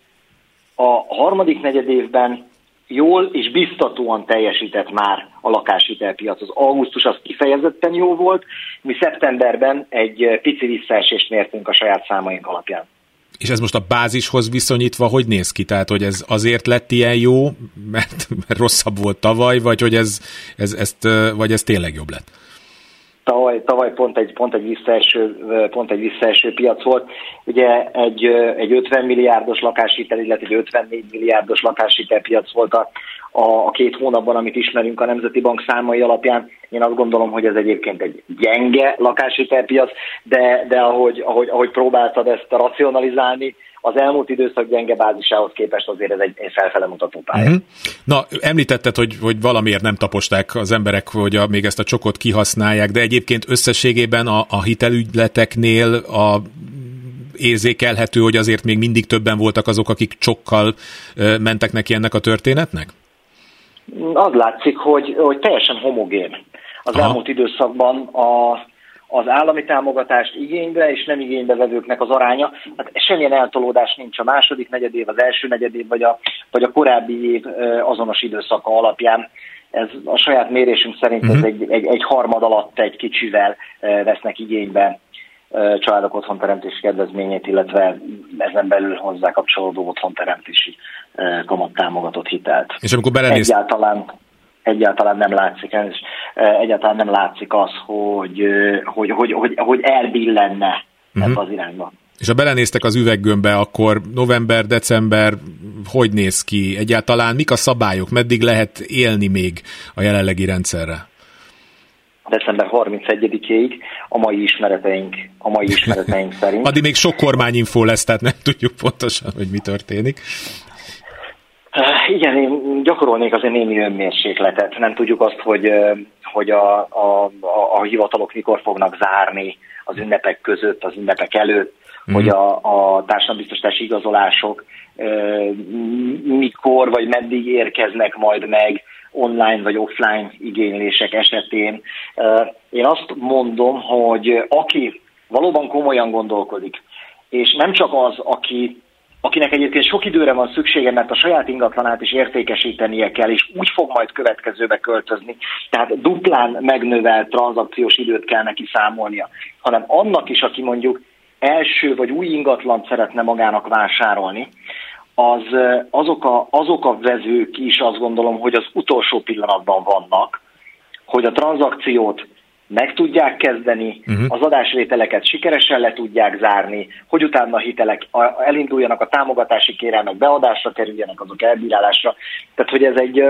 a harmadik negyedévben jól és biztatóan teljesített már a lakáshitelpiac. Az augusztus az kifejezetten jó volt, mi szeptemberben egy pici visszaesést mértünk a saját számaink alapján. És ez most a bázishoz viszonyítva hogy néz ki? Tehát, hogy ez azért lett ilyen jó, mert, mert rosszabb volt tavaly, vagy hogy ez, ez, ezt, vagy ez tényleg jobb lett? Tavaly, tavaly pont, egy, pont, egy visszaeső, pont egy visszaeső piac volt. Ugye egy, egy ötven milliárdos lakáshitel, illetve egy ötvennégy milliárdos lakáshitelpiac volt a, a, a két hónapban, amit ismerünk a Nemzeti Bank számai alapján. Én azt gondolom, hogy ez egyébként egy gyenge lakáshitelpiac, de, de ahogy, ahogy, ahogy próbáltad ezt racionalizálni, az elmúlt időszak gyenge bázisához képest azért ez egy, egy felfele mutató pálya. Uh-huh. Na, említetted, hogy, hogy valamiért nem taposták az emberek, hogy a, még ezt a csokot kihasználják, de egyébként összességében a, a hitelügyleteknél a érzékelhető, hogy azért még mindig többen voltak azok, akik csokkal mentek neki ennek a történetnek? Az látszik, hogy, hogy teljesen homogén. Az Aha. elmúlt időszakban a az állami támogatást igénybe és nem igénybe vevőknek az aránya. Hát semmilyen eltolódás nincs a második negyedév, az első negyedév, vagy a, vagy a korábbi év azonos időszaka alapján. Ez a saját mérésünk szerint uh-huh. ez egy, egy, egy harmad alatt egy kicsivel vesznek igénybe családok otthonteremtési kedvezményét, illetve ezen belül hozzá kapcsolódó otthonteremtési kamattámogatott hitelt. És amikor belenéz... Egyáltalán... Egyáltalán nem látszik, egyáltalán nem látszik az, hogy, hogy, hogy, hogy, hogy elbillenne uh-huh. ebbe az irányba. És ha belenéztek az üveggömbbe, akkor november, december hogy néz ki? Egyáltalán mik a szabályok? Meddig lehet élni még a jelenlegi rendszerre? december harmincegyedikéig a mai ismereteink, a mai ismereteink szerint. Addig még sok kormányinfó lesz, tehát nem tudjuk pontosan, hogy mi történik. Igen, én gyakorolnék azért némi önmérsékletet. Nem tudjuk azt, hogy, hogy a, a, a, a hivatalok mikor fognak zárni az ünnepek között, az ünnepek előtt, mm. hogy a, a társadalombiztosítási igazolások mikor vagy meddig érkeznek majd meg online vagy offline igénylések esetén. Én azt mondom, hogy aki valóban komolyan gondolkodik, és nem csak az, aki, akinek egyébként sok időre van szüksége, mert a saját ingatlanát is értékesítenie kell, és úgy fog majd következőbe költözni, tehát duplán megnövelt tranzakciós időt kell neki számolnia, hanem annak is, aki mondjuk első vagy új ingatlant szeretne magának vásárolni, az, azok, a, azok a vezők is azt gondolom, hogy az utolsó pillanatban vannak, hogy a tranzakciót meg tudják kezdeni, uh-huh. az adásvételeket sikeresen le tudják zárni, hogy utána a hitelek elinduljanak, a támogatási kérelmek beadásra kerüljenek, azok elbírálásra. Tehát, hogy ez egy,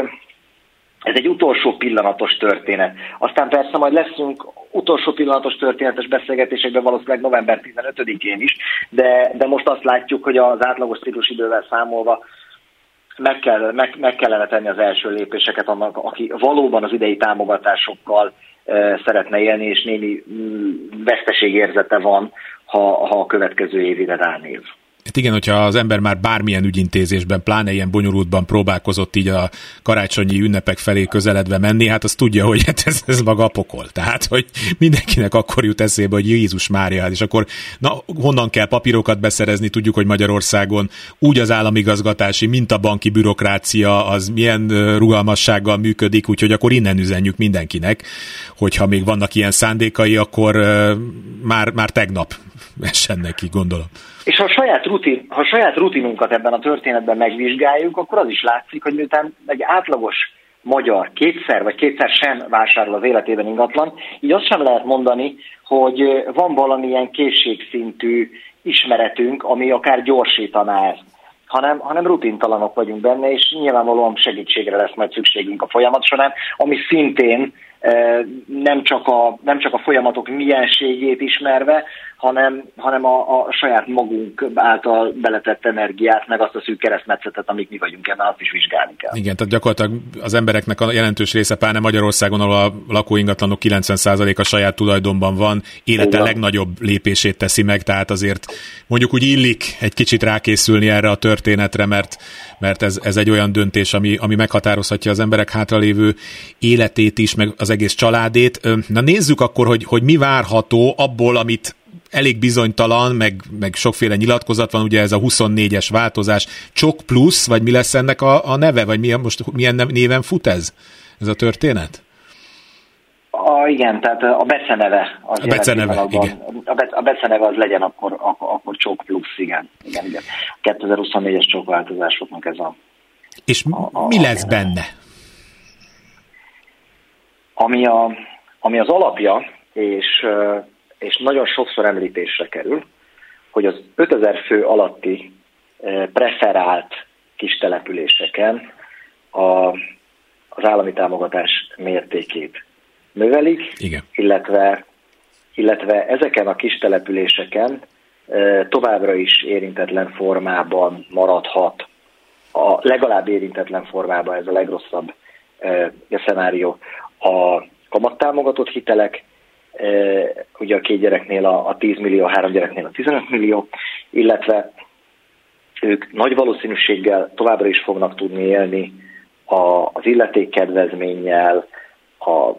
ez egy utolsó pillanatos történet. Aztán persze majd leszünk utolsó pillanatos történetes beszélgetésekben valószínűleg november tizenötödikén is, de, de most azt látjuk, hogy az átlagos ciklusidővel számolva meg, kell, meg, meg kellene tenni az első lépéseket annak, aki valóban az idei támogatásokkal e, szeretne élni, és némi veszteségérzete van, ha, ha a következő évére ránéz. Hát igen, hogyha az ember már bármilyen ügyintézésben, pláne ilyen bonyolultban próbálkozott így a karácsonyi ünnepek felé közeledve menni, hát azt tudja, hogy hát ez, ez maga a pokol. Tehát, hogy mindenkinek akkor jut eszébe, hogy Jézus Mária, és akkor na, honnan kell papírokat beszerezni, tudjuk, hogy Magyarországon úgy az államigazgatási, mint a banki bürokrácia, az milyen rugalmassággal működik, úgyhogy akkor innen üzenjük mindenkinek, hogyha még vannak ilyen szándékai, akkor uh, már, már tegnap essen neki, gondolom. És ha a saját, rutin, ha a saját rutinunkat ebben a történetben megvizsgáljuk, akkor az is látszik, hogy miután egy átlagos magyar kétszer vagy kétszer sem vásárol az életében ingatlan, így azt sem lehet mondani, hogy van valamilyen készségszintű ismeretünk, ami akár gyorsítaná ezt, hanem, hanem rutintalanok vagyunk benne, és nyilvánvalóan segítségre lesz majd szükségünk a folyamat során, ami szintén nem csak a, nem csak a folyamatok mienségét ismerve, hanem, hanem a, a saját magunk által beletett energiát, meg azt a szűk keresztmetszetet, amik mi vagyunk ebben, azt is vizsgálni kell. Igen, tehát gyakorlatilag az embereknek a jelentős része, pláne Magyarországon, ahol a lakóingatlanok kilencven százaléka saját tulajdonban van, élete Igen. legnagyobb lépését teszi meg, tehát azért mondjuk úgy illik egy kicsit rákészülni erre a történetre, mert, mert ez, ez egy olyan döntés, ami, ami meghatározhatja az emberek hátralévő életét is, meg az egész családét. Na nézzük akkor, hogy, hogy mi várható abból, amit elég bizonytalan, meg, meg sokféle nyilatkozat van, ugye ez a huszonnégyes változás, Csok plusz, vagy mi lesz ennek a, a neve, vagy milyen, most milyen néven fut ez, ez a történet? A, igen, tehát a beceneve. Az a beceneve, igen. A, be, a beceneve az legyen akkor, akkor, akkor Csok plusz, igen. igen, igen. A kétezer-huszonnégyes Csok változásoknak ez a... És a, a, mi lesz a, benne? Ami, a, ami az alapja, és... és nagyon sokszor említésre kerül, hogy az ötezer fő alatti preferált kis településeken a, az állami támogatás mértékét növelik, Igen. illetve, illetve ezeken a kis településeken továbbra is érintetlen formában maradhat, a legalább érintetlen formában, ez a legrosszabb a szenárió, a kamattámogatott hitelek, ugye a két gyereknél a, a tíz millió, a három gyereknél a tizenöt millió, illetve ők nagy valószínűséggel továbbra is fognak tudni élni a, az illetékkedvezménnyel, a,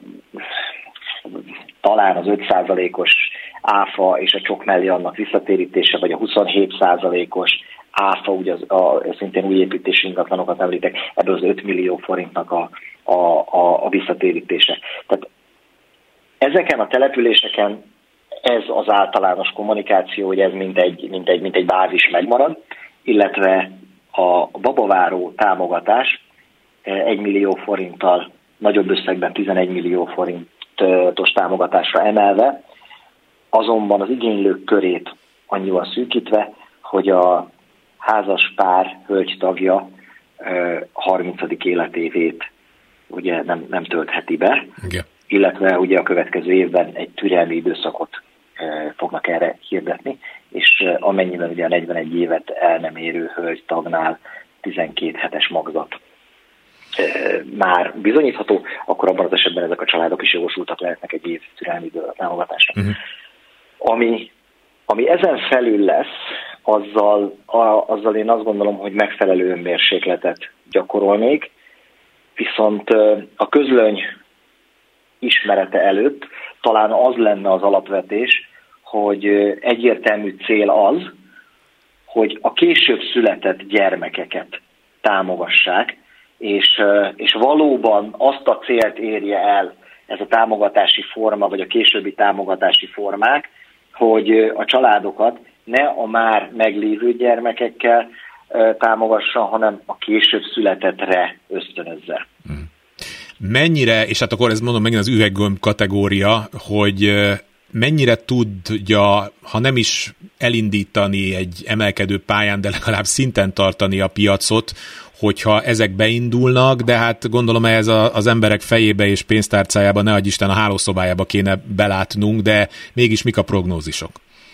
talán az öt százalékos áfa és a csok mellé annak visszatérítése, vagy a huszonhét százalékos áfa, ugye az, a, szintén új építési ingatlanokat említek, ebből az öt millió forintnak a, a, a, a visszatérítése. Tehát ezeken a településeken ez az általános kommunikáció, hogy ez mint egy, mint egy, mint egy bázis megmarad, illetve a babaváró támogatás egy millió forinttal, nagyobb összegben tizenegy millió forintos támogatásra emelve, azonban az igénylők körét annyival szűkítve, hogy a házas pár hölgytagja harmincadik életévét ugye nem, nem töltheti be. Igen. Illetve ugye a következő évben egy türelmi időszakot e, fognak erre hirdetni, és e, amennyiben ugye a negyvenegy évet el nem érő hölgytagnál tizenkét hetes magzat e, már bizonyítható, akkor abban az esetben ezek a családok is jogosultak lehetnek egy év türelmi idő támogatásra. Uh-huh. Ami, ami ezen felül lesz, azzal, a, azzal én azt gondolom, hogy megfelelő önmérsékletet gyakorolnék, viszont a közlöny ismerete előtt talán az lenne az alapvetés, hogy egyértelmű cél az, hogy a később született gyermekeket támogassák, és, és valóban azt a célt érje el ez a támogatási forma, vagy a későbbi támogatási formák, hogy a családokat ne a már meglévő gyermekekkel támogassa, hanem a később születettre ösztönözze. Mennyire, és hát akkor ez mondom megint az üveggömb kategória, hogy mennyire tudja, ha nem is elindítani egy emelkedő pályán, de legalább szinten tartani a piacot, hogyha ezek beindulnak, de hát gondolom ez az emberek fejébe és pénztárcájába, ne adj Isten, a hálószobájába kéne belátnunk, de mégis mik a prognózisok?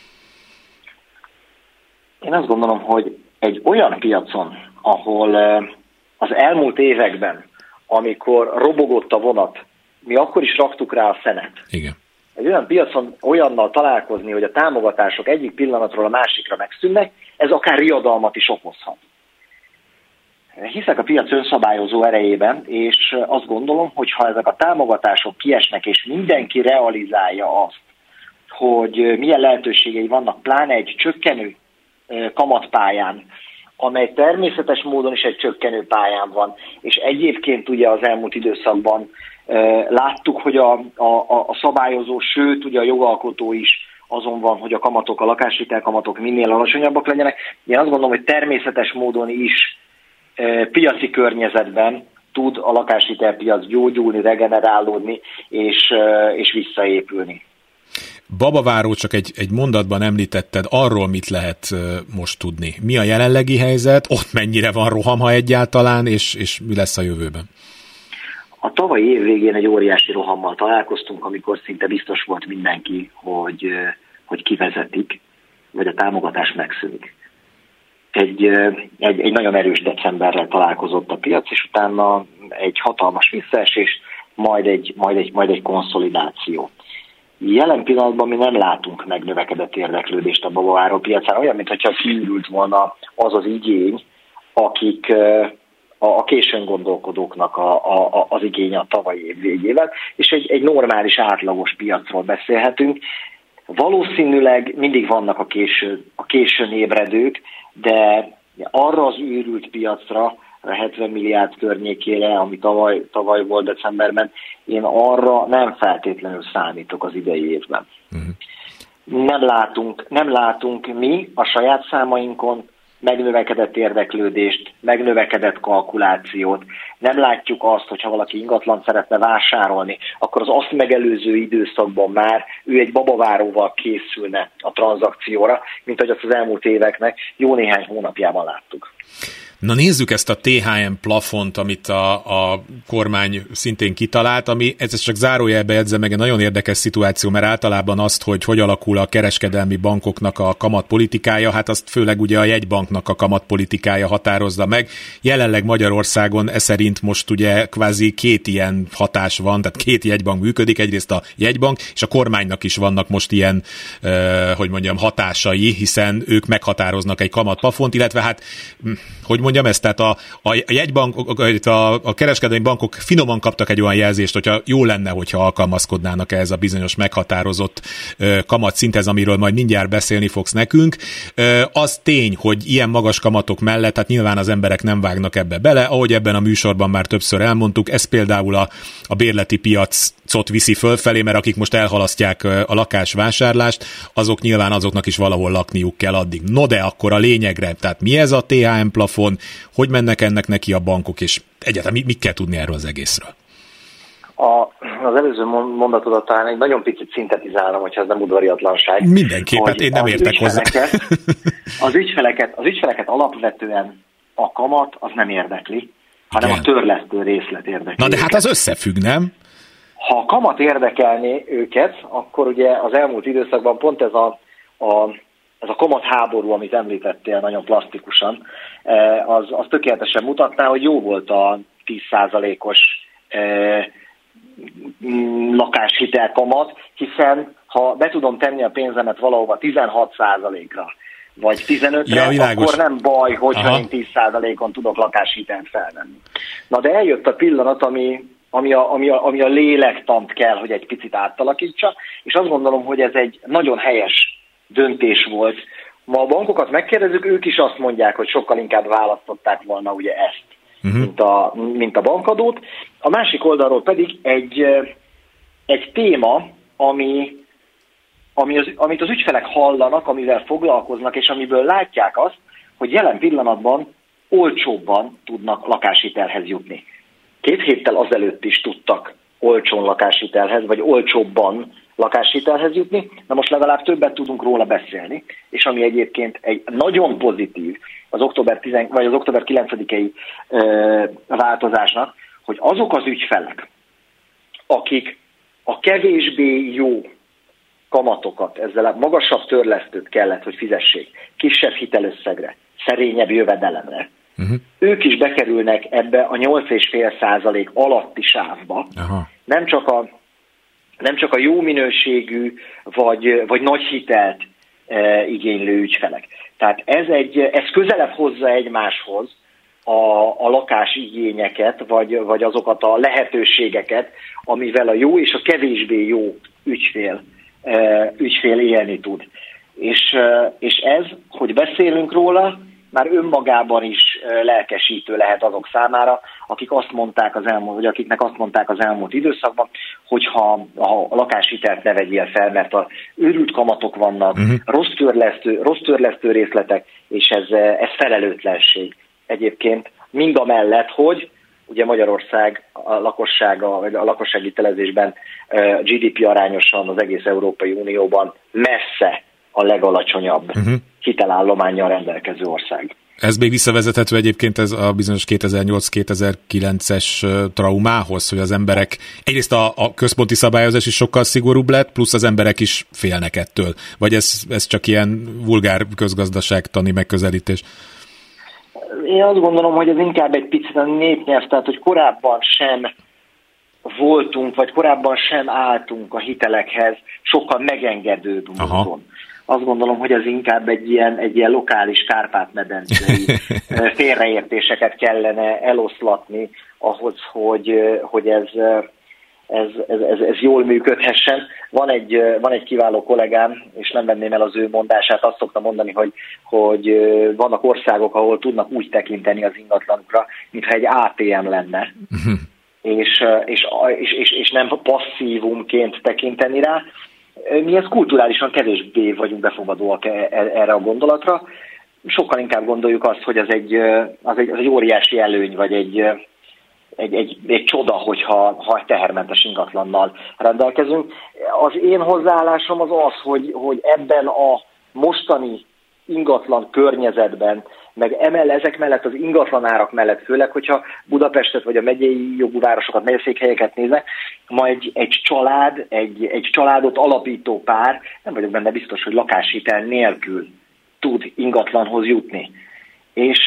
Én azt gondolom, hogy egy olyan piacon, ahol az elmúlt években, amikor robogott a vonat, mi akkor is raktuk rá a szenet. Igen. Egy olyan piacon olyannal találkozni, hogy a támogatások egyik pillanatról a másikra megszűnnek, ez akár riadalmat is okozhat. Hiszek a piac önszabályozó erejében, és azt gondolom, hogy ha ezek a támogatások kiesnek, és mindenki realizálja azt, hogy milyen lehetőségei vannak, pláne egy csökkenő kamatpályán, amely természetes módon is egy csökkenő pályán van, és egyébként ugye az elmúlt időszakban láttuk, hogy a, a, a szabályozó, sőt ugye a jogalkotó is azon van, hogy a kamatok, a lakáshitel kamatok minél alacsonyabbak legyenek. Én azt gondolom, hogy természetes módon is piaci környezetben tud a lakáshitelpiac gyógyulni, regenerálódni és, és visszaépülni. Babaváró, csak egy, egy mondatban említetted, arról mit lehet most tudni? Mi a jelenlegi helyzet, ott mennyire van roham, ha egyáltalán, és, és mi lesz a jövőben? A tavalyi év végén egy óriási rohammal találkoztunk, amikor szinte biztos volt mindenki, hogy, hogy kivezetik, vagy a támogatás megszűnik. Egy, egy, egy nagyon erős decemberrel találkozott a piac, és utána egy hatalmas visszaesés, majd egy, majd egy, majd egy konszolidáció. Jelen pillanatban mi nem látunk megnövekedett érdeklődést a babaváró piacán, olyan, mintha kiürült volna az az igény, akik a, a későn gondolkodóknak a, a, az igénye a tavalyi év végével, és egy, egy normális, átlagos piacról beszélhetünk. Valószínűleg mindig vannak a késő, a későn ébredők, de arra az őrült piacra, a hetven milliárd környékére, ami tavaly, tavaly volt decemberben, én arra nem feltétlenül számítok az idei évben. Uh-huh. Nem látunk, nem látunk mi a saját számainkon megnövekedett érdeklődést, megnövekedett kalkulációt. Nem látjuk azt, hogyha valaki ingatlan szeretne vásárolni, akkor az azt megelőző időszakban már ő egy babaváróval készülne a tranzakcióra, mint ahogy azt az elmúlt éveknek jó néhány hónapjában láttuk. Na nézzük ezt a té há em plafont, amit a, a kormány szintén kitalált, ami, ez csak zárójelbe jegyzem meg, egy nagyon érdekes szituáció, mert általában azt, hogy hogy alakul a kereskedelmi bankoknak a kamatpolitikája, hát azt főleg ugye a jegybanknak a kamatpolitikája határozza meg. Jelenleg Magyarországon e szerint most ugye kvázi két ilyen hatás van, tehát két jegybank működik, egyrészt a jegybank, és a kormánynak is vannak most ilyen, eh, hogy mondjam, hatásai, hiszen ők meghatároznak egy kamatplafont, illetve hát, hogy mondjam ezt, tehát a, a jegybank, a, a kereskedelmi bankok finoman kaptak egy olyan jelzést, hogyha jó lenne, hogyha alkalmazkodnának ehhez a bizonyos meghatározott uh, kamatszinthez, amiről majd mindjárt beszélni fogsz nekünk. Uh, az tény, hogy ilyen magas kamatok mellett, hát nyilván az emberek nem vágnak ebbe bele, ahogy ebben a műsorban már többször elmondtuk, ez például a, a bérleti piacot viszi fölfelé, mert akik most elhalasztják a lakásvásárlást, azok nyilván azoknak is valahol lakniuk kell addig. No de akkor a lényegre, tehát mi ez a té há em plafon, hogy mennek ennek neki a bankok, és egyáltalán mit, mit kell tudni erről az egészről? A, az előző mondatodat talán egy nagyon picit szintetizálom, hogyha ez nem udvariatlanság. Mindenképp, hát én nem értek hozzá. Az ügyfeleket, az ügyfeleket alapvetően a kamat az nem érdekli, hanem igen, a törlesztő részlet érdekli. Na de hát az összefügg, nem? Ha a kamat érdekelné őket, akkor ugye az elmúlt időszakban pont ez a, a ez a kamat háború, amit említettél nagyon plastikusan, az, az tökéletesen mutatná, hogy jó volt a tíz százalékos eh, lakáshitel kamat, hiszen ha be tudom tenni a pénzemet valahova tizenhat százalékra, vagy tizenötre, ja, akkor nem baj, hogyha aha, én tíz százalékon tudok lakáshitelt felvenni. Na de eljött a pillanat, ami, ami a, ami, a, ami a lélektant kell, hogy egy picit átalakítsa, és azt gondolom, hogy ez egy nagyon helyes döntés volt. Ma a bankokat megkérdezzük, ők is azt mondják, hogy sokkal inkább választották volna ugye ezt, uh-huh. mint, a, mint a bankadót. A másik oldalról pedig egy, egy téma, ami, ami az, amit az ügyfelek hallanak, amivel foglalkoznak, és amiből látják azt, hogy jelen pillanatban olcsóbban tudnak lakáshitelhez jutni. Két héttel azelőtt is tudtak olcsón lakáshitelhez, vagy olcsóbban lakáshitelhez jutni, na most legalább többet tudunk róla beszélni, és ami egyébként egy nagyon pozitív az október tíz, vagy az október kilencedikei ö, változásnak, hogy azok az ügyfelek, akik a kevésbé jó kamatokat, ezzel a magasabb törlesztőt kellett, hogy fizessék, kisebb hitelösszegre, szerényebb jövedelemre, uh-huh. ők is bekerülnek ebbe a nyolc egész öt százalék alatti sávba. Aha. Nem csak a nem csak a jó minőségű vagy, vagy nagy hitelt e, igénylő ügyfelek. Tehát ez, egy, ez közelebb hozza egymáshoz a, a lakásigényeket, vagy, vagy azokat a lehetőségeket, amivel a jó és a kevésbé jó ügyfél, e, ügyfél élni tud. És, e, és ez, hogy beszélünk róla, már önmagában is lelkesítő lehet azok számára, akik azt mondták az elmúlt, vagy akiknek azt mondták az elmúlt időszakban, hogyha a lakáshitelt ne vegyél fel, mert a őrült kamatok vannak, uh-huh. rossz törlesztő, rossz törlesztő részletek, és ez, ez felelőtlenség. Egyébként mind a mellett, hogy ugye Magyarország a lakossága, vagy a lakossági hitelezésben gé dé pé arányosan az egész Európai Unióban messze a legalacsonyabb uh-huh. hitelállománnyal rendelkező ország. Ez még visszavezethető egyébként ez a bizonyos kétezer-nyolc kétezer-kilences traumához, hogy az emberek, egyrészt a, a központi szabályozás is sokkal szigorúbb lett, plusz az emberek is félnek ettől. Vagy ez, ez csak ilyen vulgár közgazdaságtani megközelítés? Én azt gondolom, hogy ez inkább egy picit a népnyelv, tehát hogy korábban sem voltunk, vagy korábban sem álltunk a hitelekhez sokkal megengedőbb módon. Azt gondolom, hogy ez inkább egy ilyen, egy ilyen lokális Kárpát-medencei félreértéseket kellene eloszlatni ahhoz, hogy, hogy ez, ez, ez, ez, ez jól működhessen. Van egy, van egy kiváló kollégám, és nem venném el az ő mondását, azt szokta mondani, hogy, hogy vannak országok, ahol tudnak úgy tekinteni az ingatlanukra, mintha egy á té em lenne. És, és, és, és nem passzívumként tekinteni rá. Mi ezt kulturálisan kevésbé vagyunk befogadóak erre a gondolatra. Sokkal inkább gondoljuk azt, hogy az egy, az egy, az egy óriási előny, vagy egy, egy, egy, egy csoda, hogyha ha tehermentes ingatlannal rendelkezünk. Az én hozzáállásom az az, hogy, hogy ebben a mostani ingatlan környezetben, meg emel, ezek mellett az ingatlanárak mellett, főleg, hogyha Budapestet vagy a megyei jogú városokat, megyeszékhelyeket nézek, ma egy, egy család, egy, egy családot alapító pár, nem vagyok benne biztos, hogy lakáshitel nélkül tud ingatlanhoz jutni. És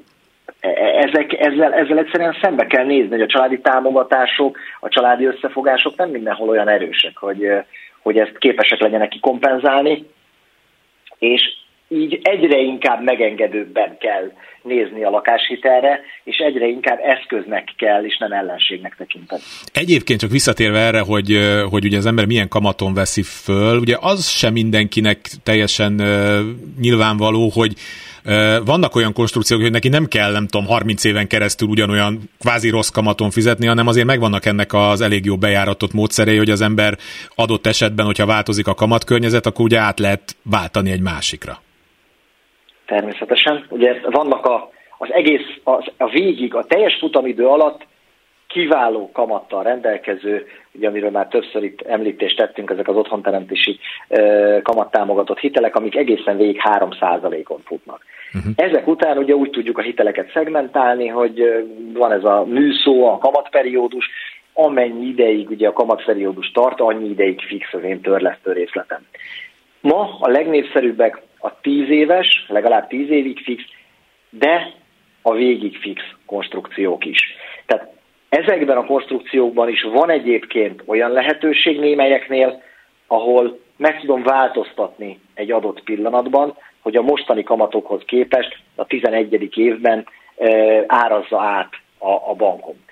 ezek, ezzel, ezzel egyszerűen szembe kell nézni, hogy a családi támogatások, a családi összefogások nem mindenhol olyan erősek, hogy, hogy ezt képesek legyenek kikompenzálni, és így egyre inkább megengedőbben kell nézni a lakáshitelre, és egyre inkább eszköznek kell, és nem ellenségnek tekinteni. Egyébként csak visszatérve erre, hogy, hogy ugye az ember milyen kamaton veszi föl, ugye az sem mindenkinek teljesen uh, nyilvánvaló, hogy uh, vannak olyan konstrukciók, hogy neki nem kell, nem tudom, harminc éven keresztül ugyanolyan kvázi rossz kamaton fizetni, hanem azért megvannak ennek az elég jó bejáratott módszerei, hogy az ember adott esetben, hogyha változik a kamatkörnyezet, akkor ugye át lehet váltani egy másikra. Természetesen. Ugye vannak a, az egész, az, a végig, a teljes futamidő alatt kiváló kamattal rendelkező, ugye amiről már többször itt említést tettünk, ezek az otthonteremtési e, kamattámogatott hitelek, amik egészen végig három százalékon futnak. Uh-huh. Ezek után ugye úgy tudjuk a hiteleket szegmentálni, hogy van ez a műszó, a kamatperiódus, amennyi ideig ugye a kamatperiódus tart, annyi ideig fix az én törlesztő részletem. Ma a legnépszerűbbek a tíz éves, legalább tíz évig fix, de a végig fix konstrukciók is. Tehát ezekben a konstrukciókban is van egyébként olyan lehetőség némelyeknél, ahol meg tudom változtatni egy adott pillanatban, hogy a mostani kamatokhoz képest a tizenegyedik évben e, árazza át a, a bankom.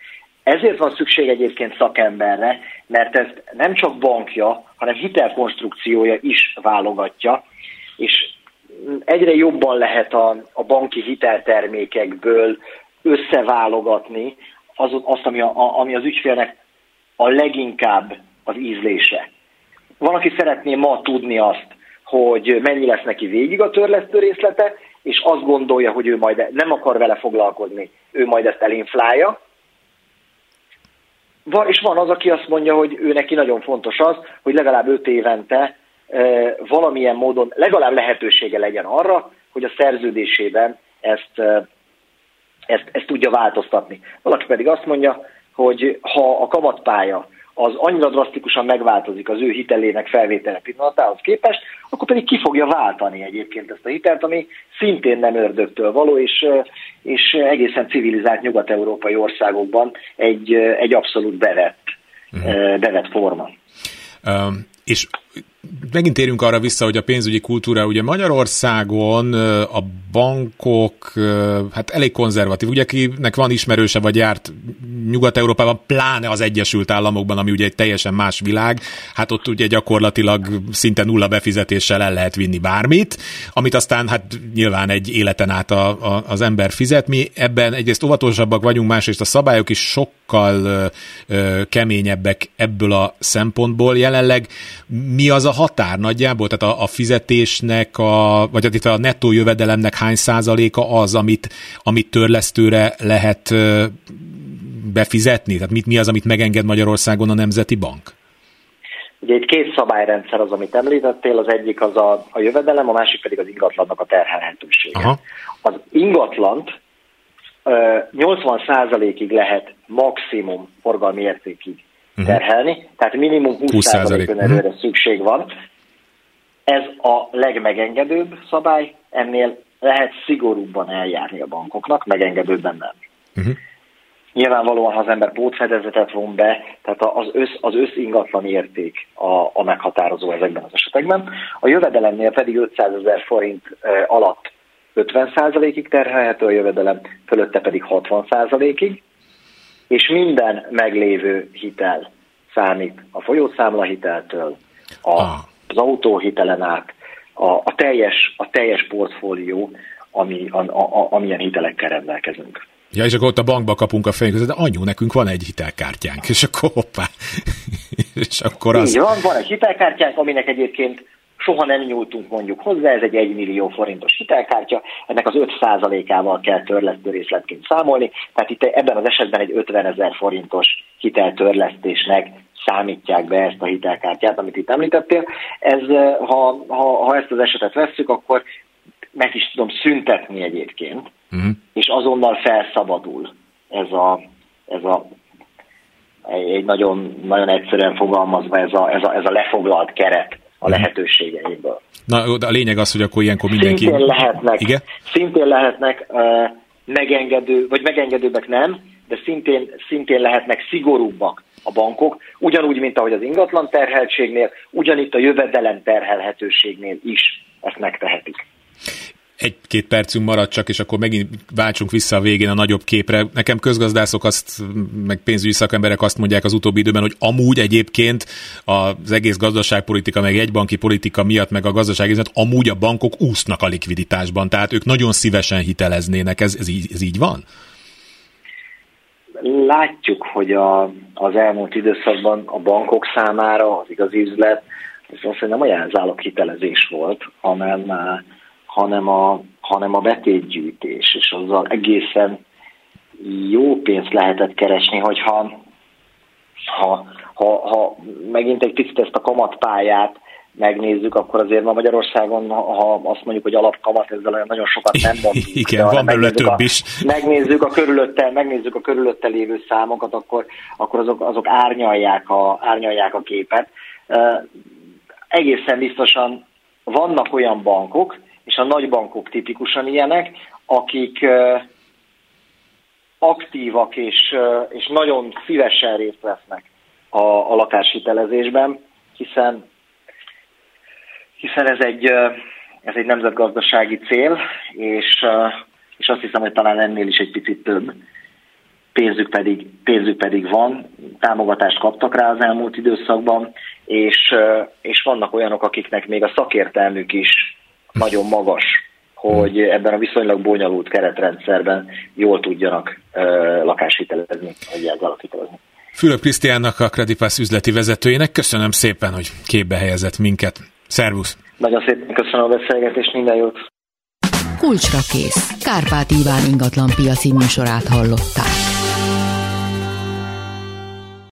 Ezért van szükség egyébként szakemberre, mert ezt nem csak bankja, hanem hitelkonstrukciója is válogatja, és egyre jobban lehet a, a banki hiteltermékekből összeválogatni az, azt, ami, a, ami az ügyfélnek a leginkább az ízlése. Van, aki szeretné ma tudni azt, hogy mennyi lesz neki végig a törlesztő részlete, és azt gondolja, hogy ő majd nem akar vele foglalkozni, ő majd ezt elinflálja. Van, és van az, aki azt mondja, hogy ő neki nagyon fontos az, hogy legalább öt évente e, valamilyen módon legalább lehetősége legyen arra, hogy a szerződésében ezt, e, ezt, ezt tudja változtatni. Valaki pedig azt mondja, hogy ha a kamatpálya az annyira drasztikusan megváltozik az ő hitelének felvétele pillanatához képest, akkor pedig ki fogja váltani egyébként ezt a hitelt, ami szintén nem ördögtől való, és, és egészen civilizált nyugat-európai országokban egy, egy abszolút bevett, uh-huh. bevett forma. Um, és megint térjünk arra vissza, hogy a pénzügyi kultúra, ugye Magyarországon a bankok hát elég konzervatív, ugye akinek van ismerőse vagy járt Nyugat-Európában, pláne az Egyesült Államokban, ami ugye egy teljesen más világ, hát ott ugye gyakorlatilag szinte nulla befizetéssel el lehet vinni bármit, amit aztán hát nyilván egy életen át a, a, az ember fizet. Mi ebben egyrészt óvatosabbak vagyunk, másrészt a szabályok is sokkal ö, keményebbek ebből a szempontból. Jelenleg mi az a határ nagyjából, tehát a, a fizetésnek, a, vagy a nettó jövedelemnek hány százaléka az, amit, amit törlesztőre lehet befizetni? Tehát mit, mi az, amit megenged Magyarországon a Nemzeti Bank? Ugye itt két szabályrendszer az, amit említettél, az egyik az a, a jövedelem, a másik pedig az ingatlannak a terhelhetősége. Aha. Az ingatlant nyolcvan százalékig lehet maximum forgalmi értékig terhelni, uh-huh. tehát minimum húsz százalék önerőre uh-huh. szükség van. Ez a legmegengedőbb szabály, ennél lehet szigorúbban eljárni a bankoknak, megengedőbben nem. Uh-huh. Nyilvánvalóan, ha az ember pótfedezetet von be, tehát az, össz, az összingatlan érték a, a meghatározó ezekben az esetekben. A jövedelemnél pedig ötszázezer forint alatt ötven százalékig terhelhető a jövedelem, fölötte pedig hatvan százalékig, és minden meglévő hitel számít a folyószámlahiteltől, a, ah. az autóhitelen át, a, a, teljes, a teljes portfólió, ami, a, a, amilyen hitelekkel rendelkezünk. Ja, és akkor ott a bankba kapunk a fejünk között, de anyu, nekünk van egy hitelkártyánk, és akkor hoppá. és akkor az... Így van, van egy hitelkártyánk, aminek egyébként soha nem nyúltunk mondjuk hozzá, ez egy egymillió forintos hitelkártya, ennek az öt százalékával kell törlesztő részletként számolni, tehát itt ebben az esetben egy ötvenezer forintos hiteltörlesztésnek számítják be ezt a hitelkártyát, amit itt említettél. Ez, ha, ha, ha ezt az esetet vesszük, akkor meg is tudom szüntetni egyébként, uh-huh. és azonnal felszabadul ez a, ez a egy nagyon, nagyon egyszerűen fogalmazva ez a, ez a, ez a lefoglalt keret a lehetőségeiből. Na, a lényeg az, hogy akkor ilyenkor mindenki... Szintén lehetnek, Igen? szintén lehetnek uh, megengedő, vagy megengedőbbek nem, de szintén, szintén lehetnek szigorúbbak a bankok, ugyanúgy, mint ahogy az ingatlan terheltségnél, ugyanitt a jövedelem terhelhetőségnél is ezt megtehetik. Egy-két percünk marad csak, és akkor megint váltsunk vissza a végén a nagyobb képre. Nekem közgazdászok azt, meg pénzügyi szakemberek azt mondják az utóbbi időben, hogy amúgy egyébként az egész gazdaságpolitika, meg egybanki politika miatt, meg a gazdaság miatt amúgy a bankok úsznak a likviditásban, tehát ők nagyon szívesen hiteleznének. Ez, ez, így, ez így van? Látjuk, hogy a, az elmúlt időszakban a bankok számára az igazi üzlet, ez azt, hogy nem a jelzálog hitelezés volt, hanem hanem a, hanem a betétgyűjtés, és azzal egészen jó pénzt lehetett keresni, hogyha ha, ha, ha megint egy picit ezt a kamatpályát megnézzük, akkor azért ma Magyarországon, ha azt mondjuk, hogy alapkamat, ezzel nagyon sokat nem mondjuk. Igen, van belőle több is. A, megnézzük, a körülötte, megnézzük a körülötte lévő számokat, akkor, akkor azok, azok árnyalják, a, árnyalják a képet. Uh, egészen biztosan vannak olyan bankok, és a nagybankok tipikusan ilyenek, akik uh, aktívak és, uh, és nagyon szívesen részt vesznek a, a lakáshitelezésben, hiszen, hiszen ez, egy, uh, ez egy nemzetgazdasági cél, és, uh, és azt hiszem, hogy talán ennél is egy picit több. pénzük pedig, pénzük pedig van, támogatást kaptak rá az elmúlt időszakban, és, és vannak olyanok, akiknek még a szakértelmük is nagyon magas, hogy ebben a viszonylag bonyolult keretrendszerben jól tudjanak uh, lakáshitelezni, vagy jelzáloghtelezni. Fülöp Krisztiánnak, a Credipass üzleti vezetőjének köszönöm szépen, hogy képbe helyezett minket. Szervusz! Nagyon szépen köszönöm a beszélgetést, minden jót! Kulcsra kész. Kárpát Iván ingatlan piaci műsorát hallották.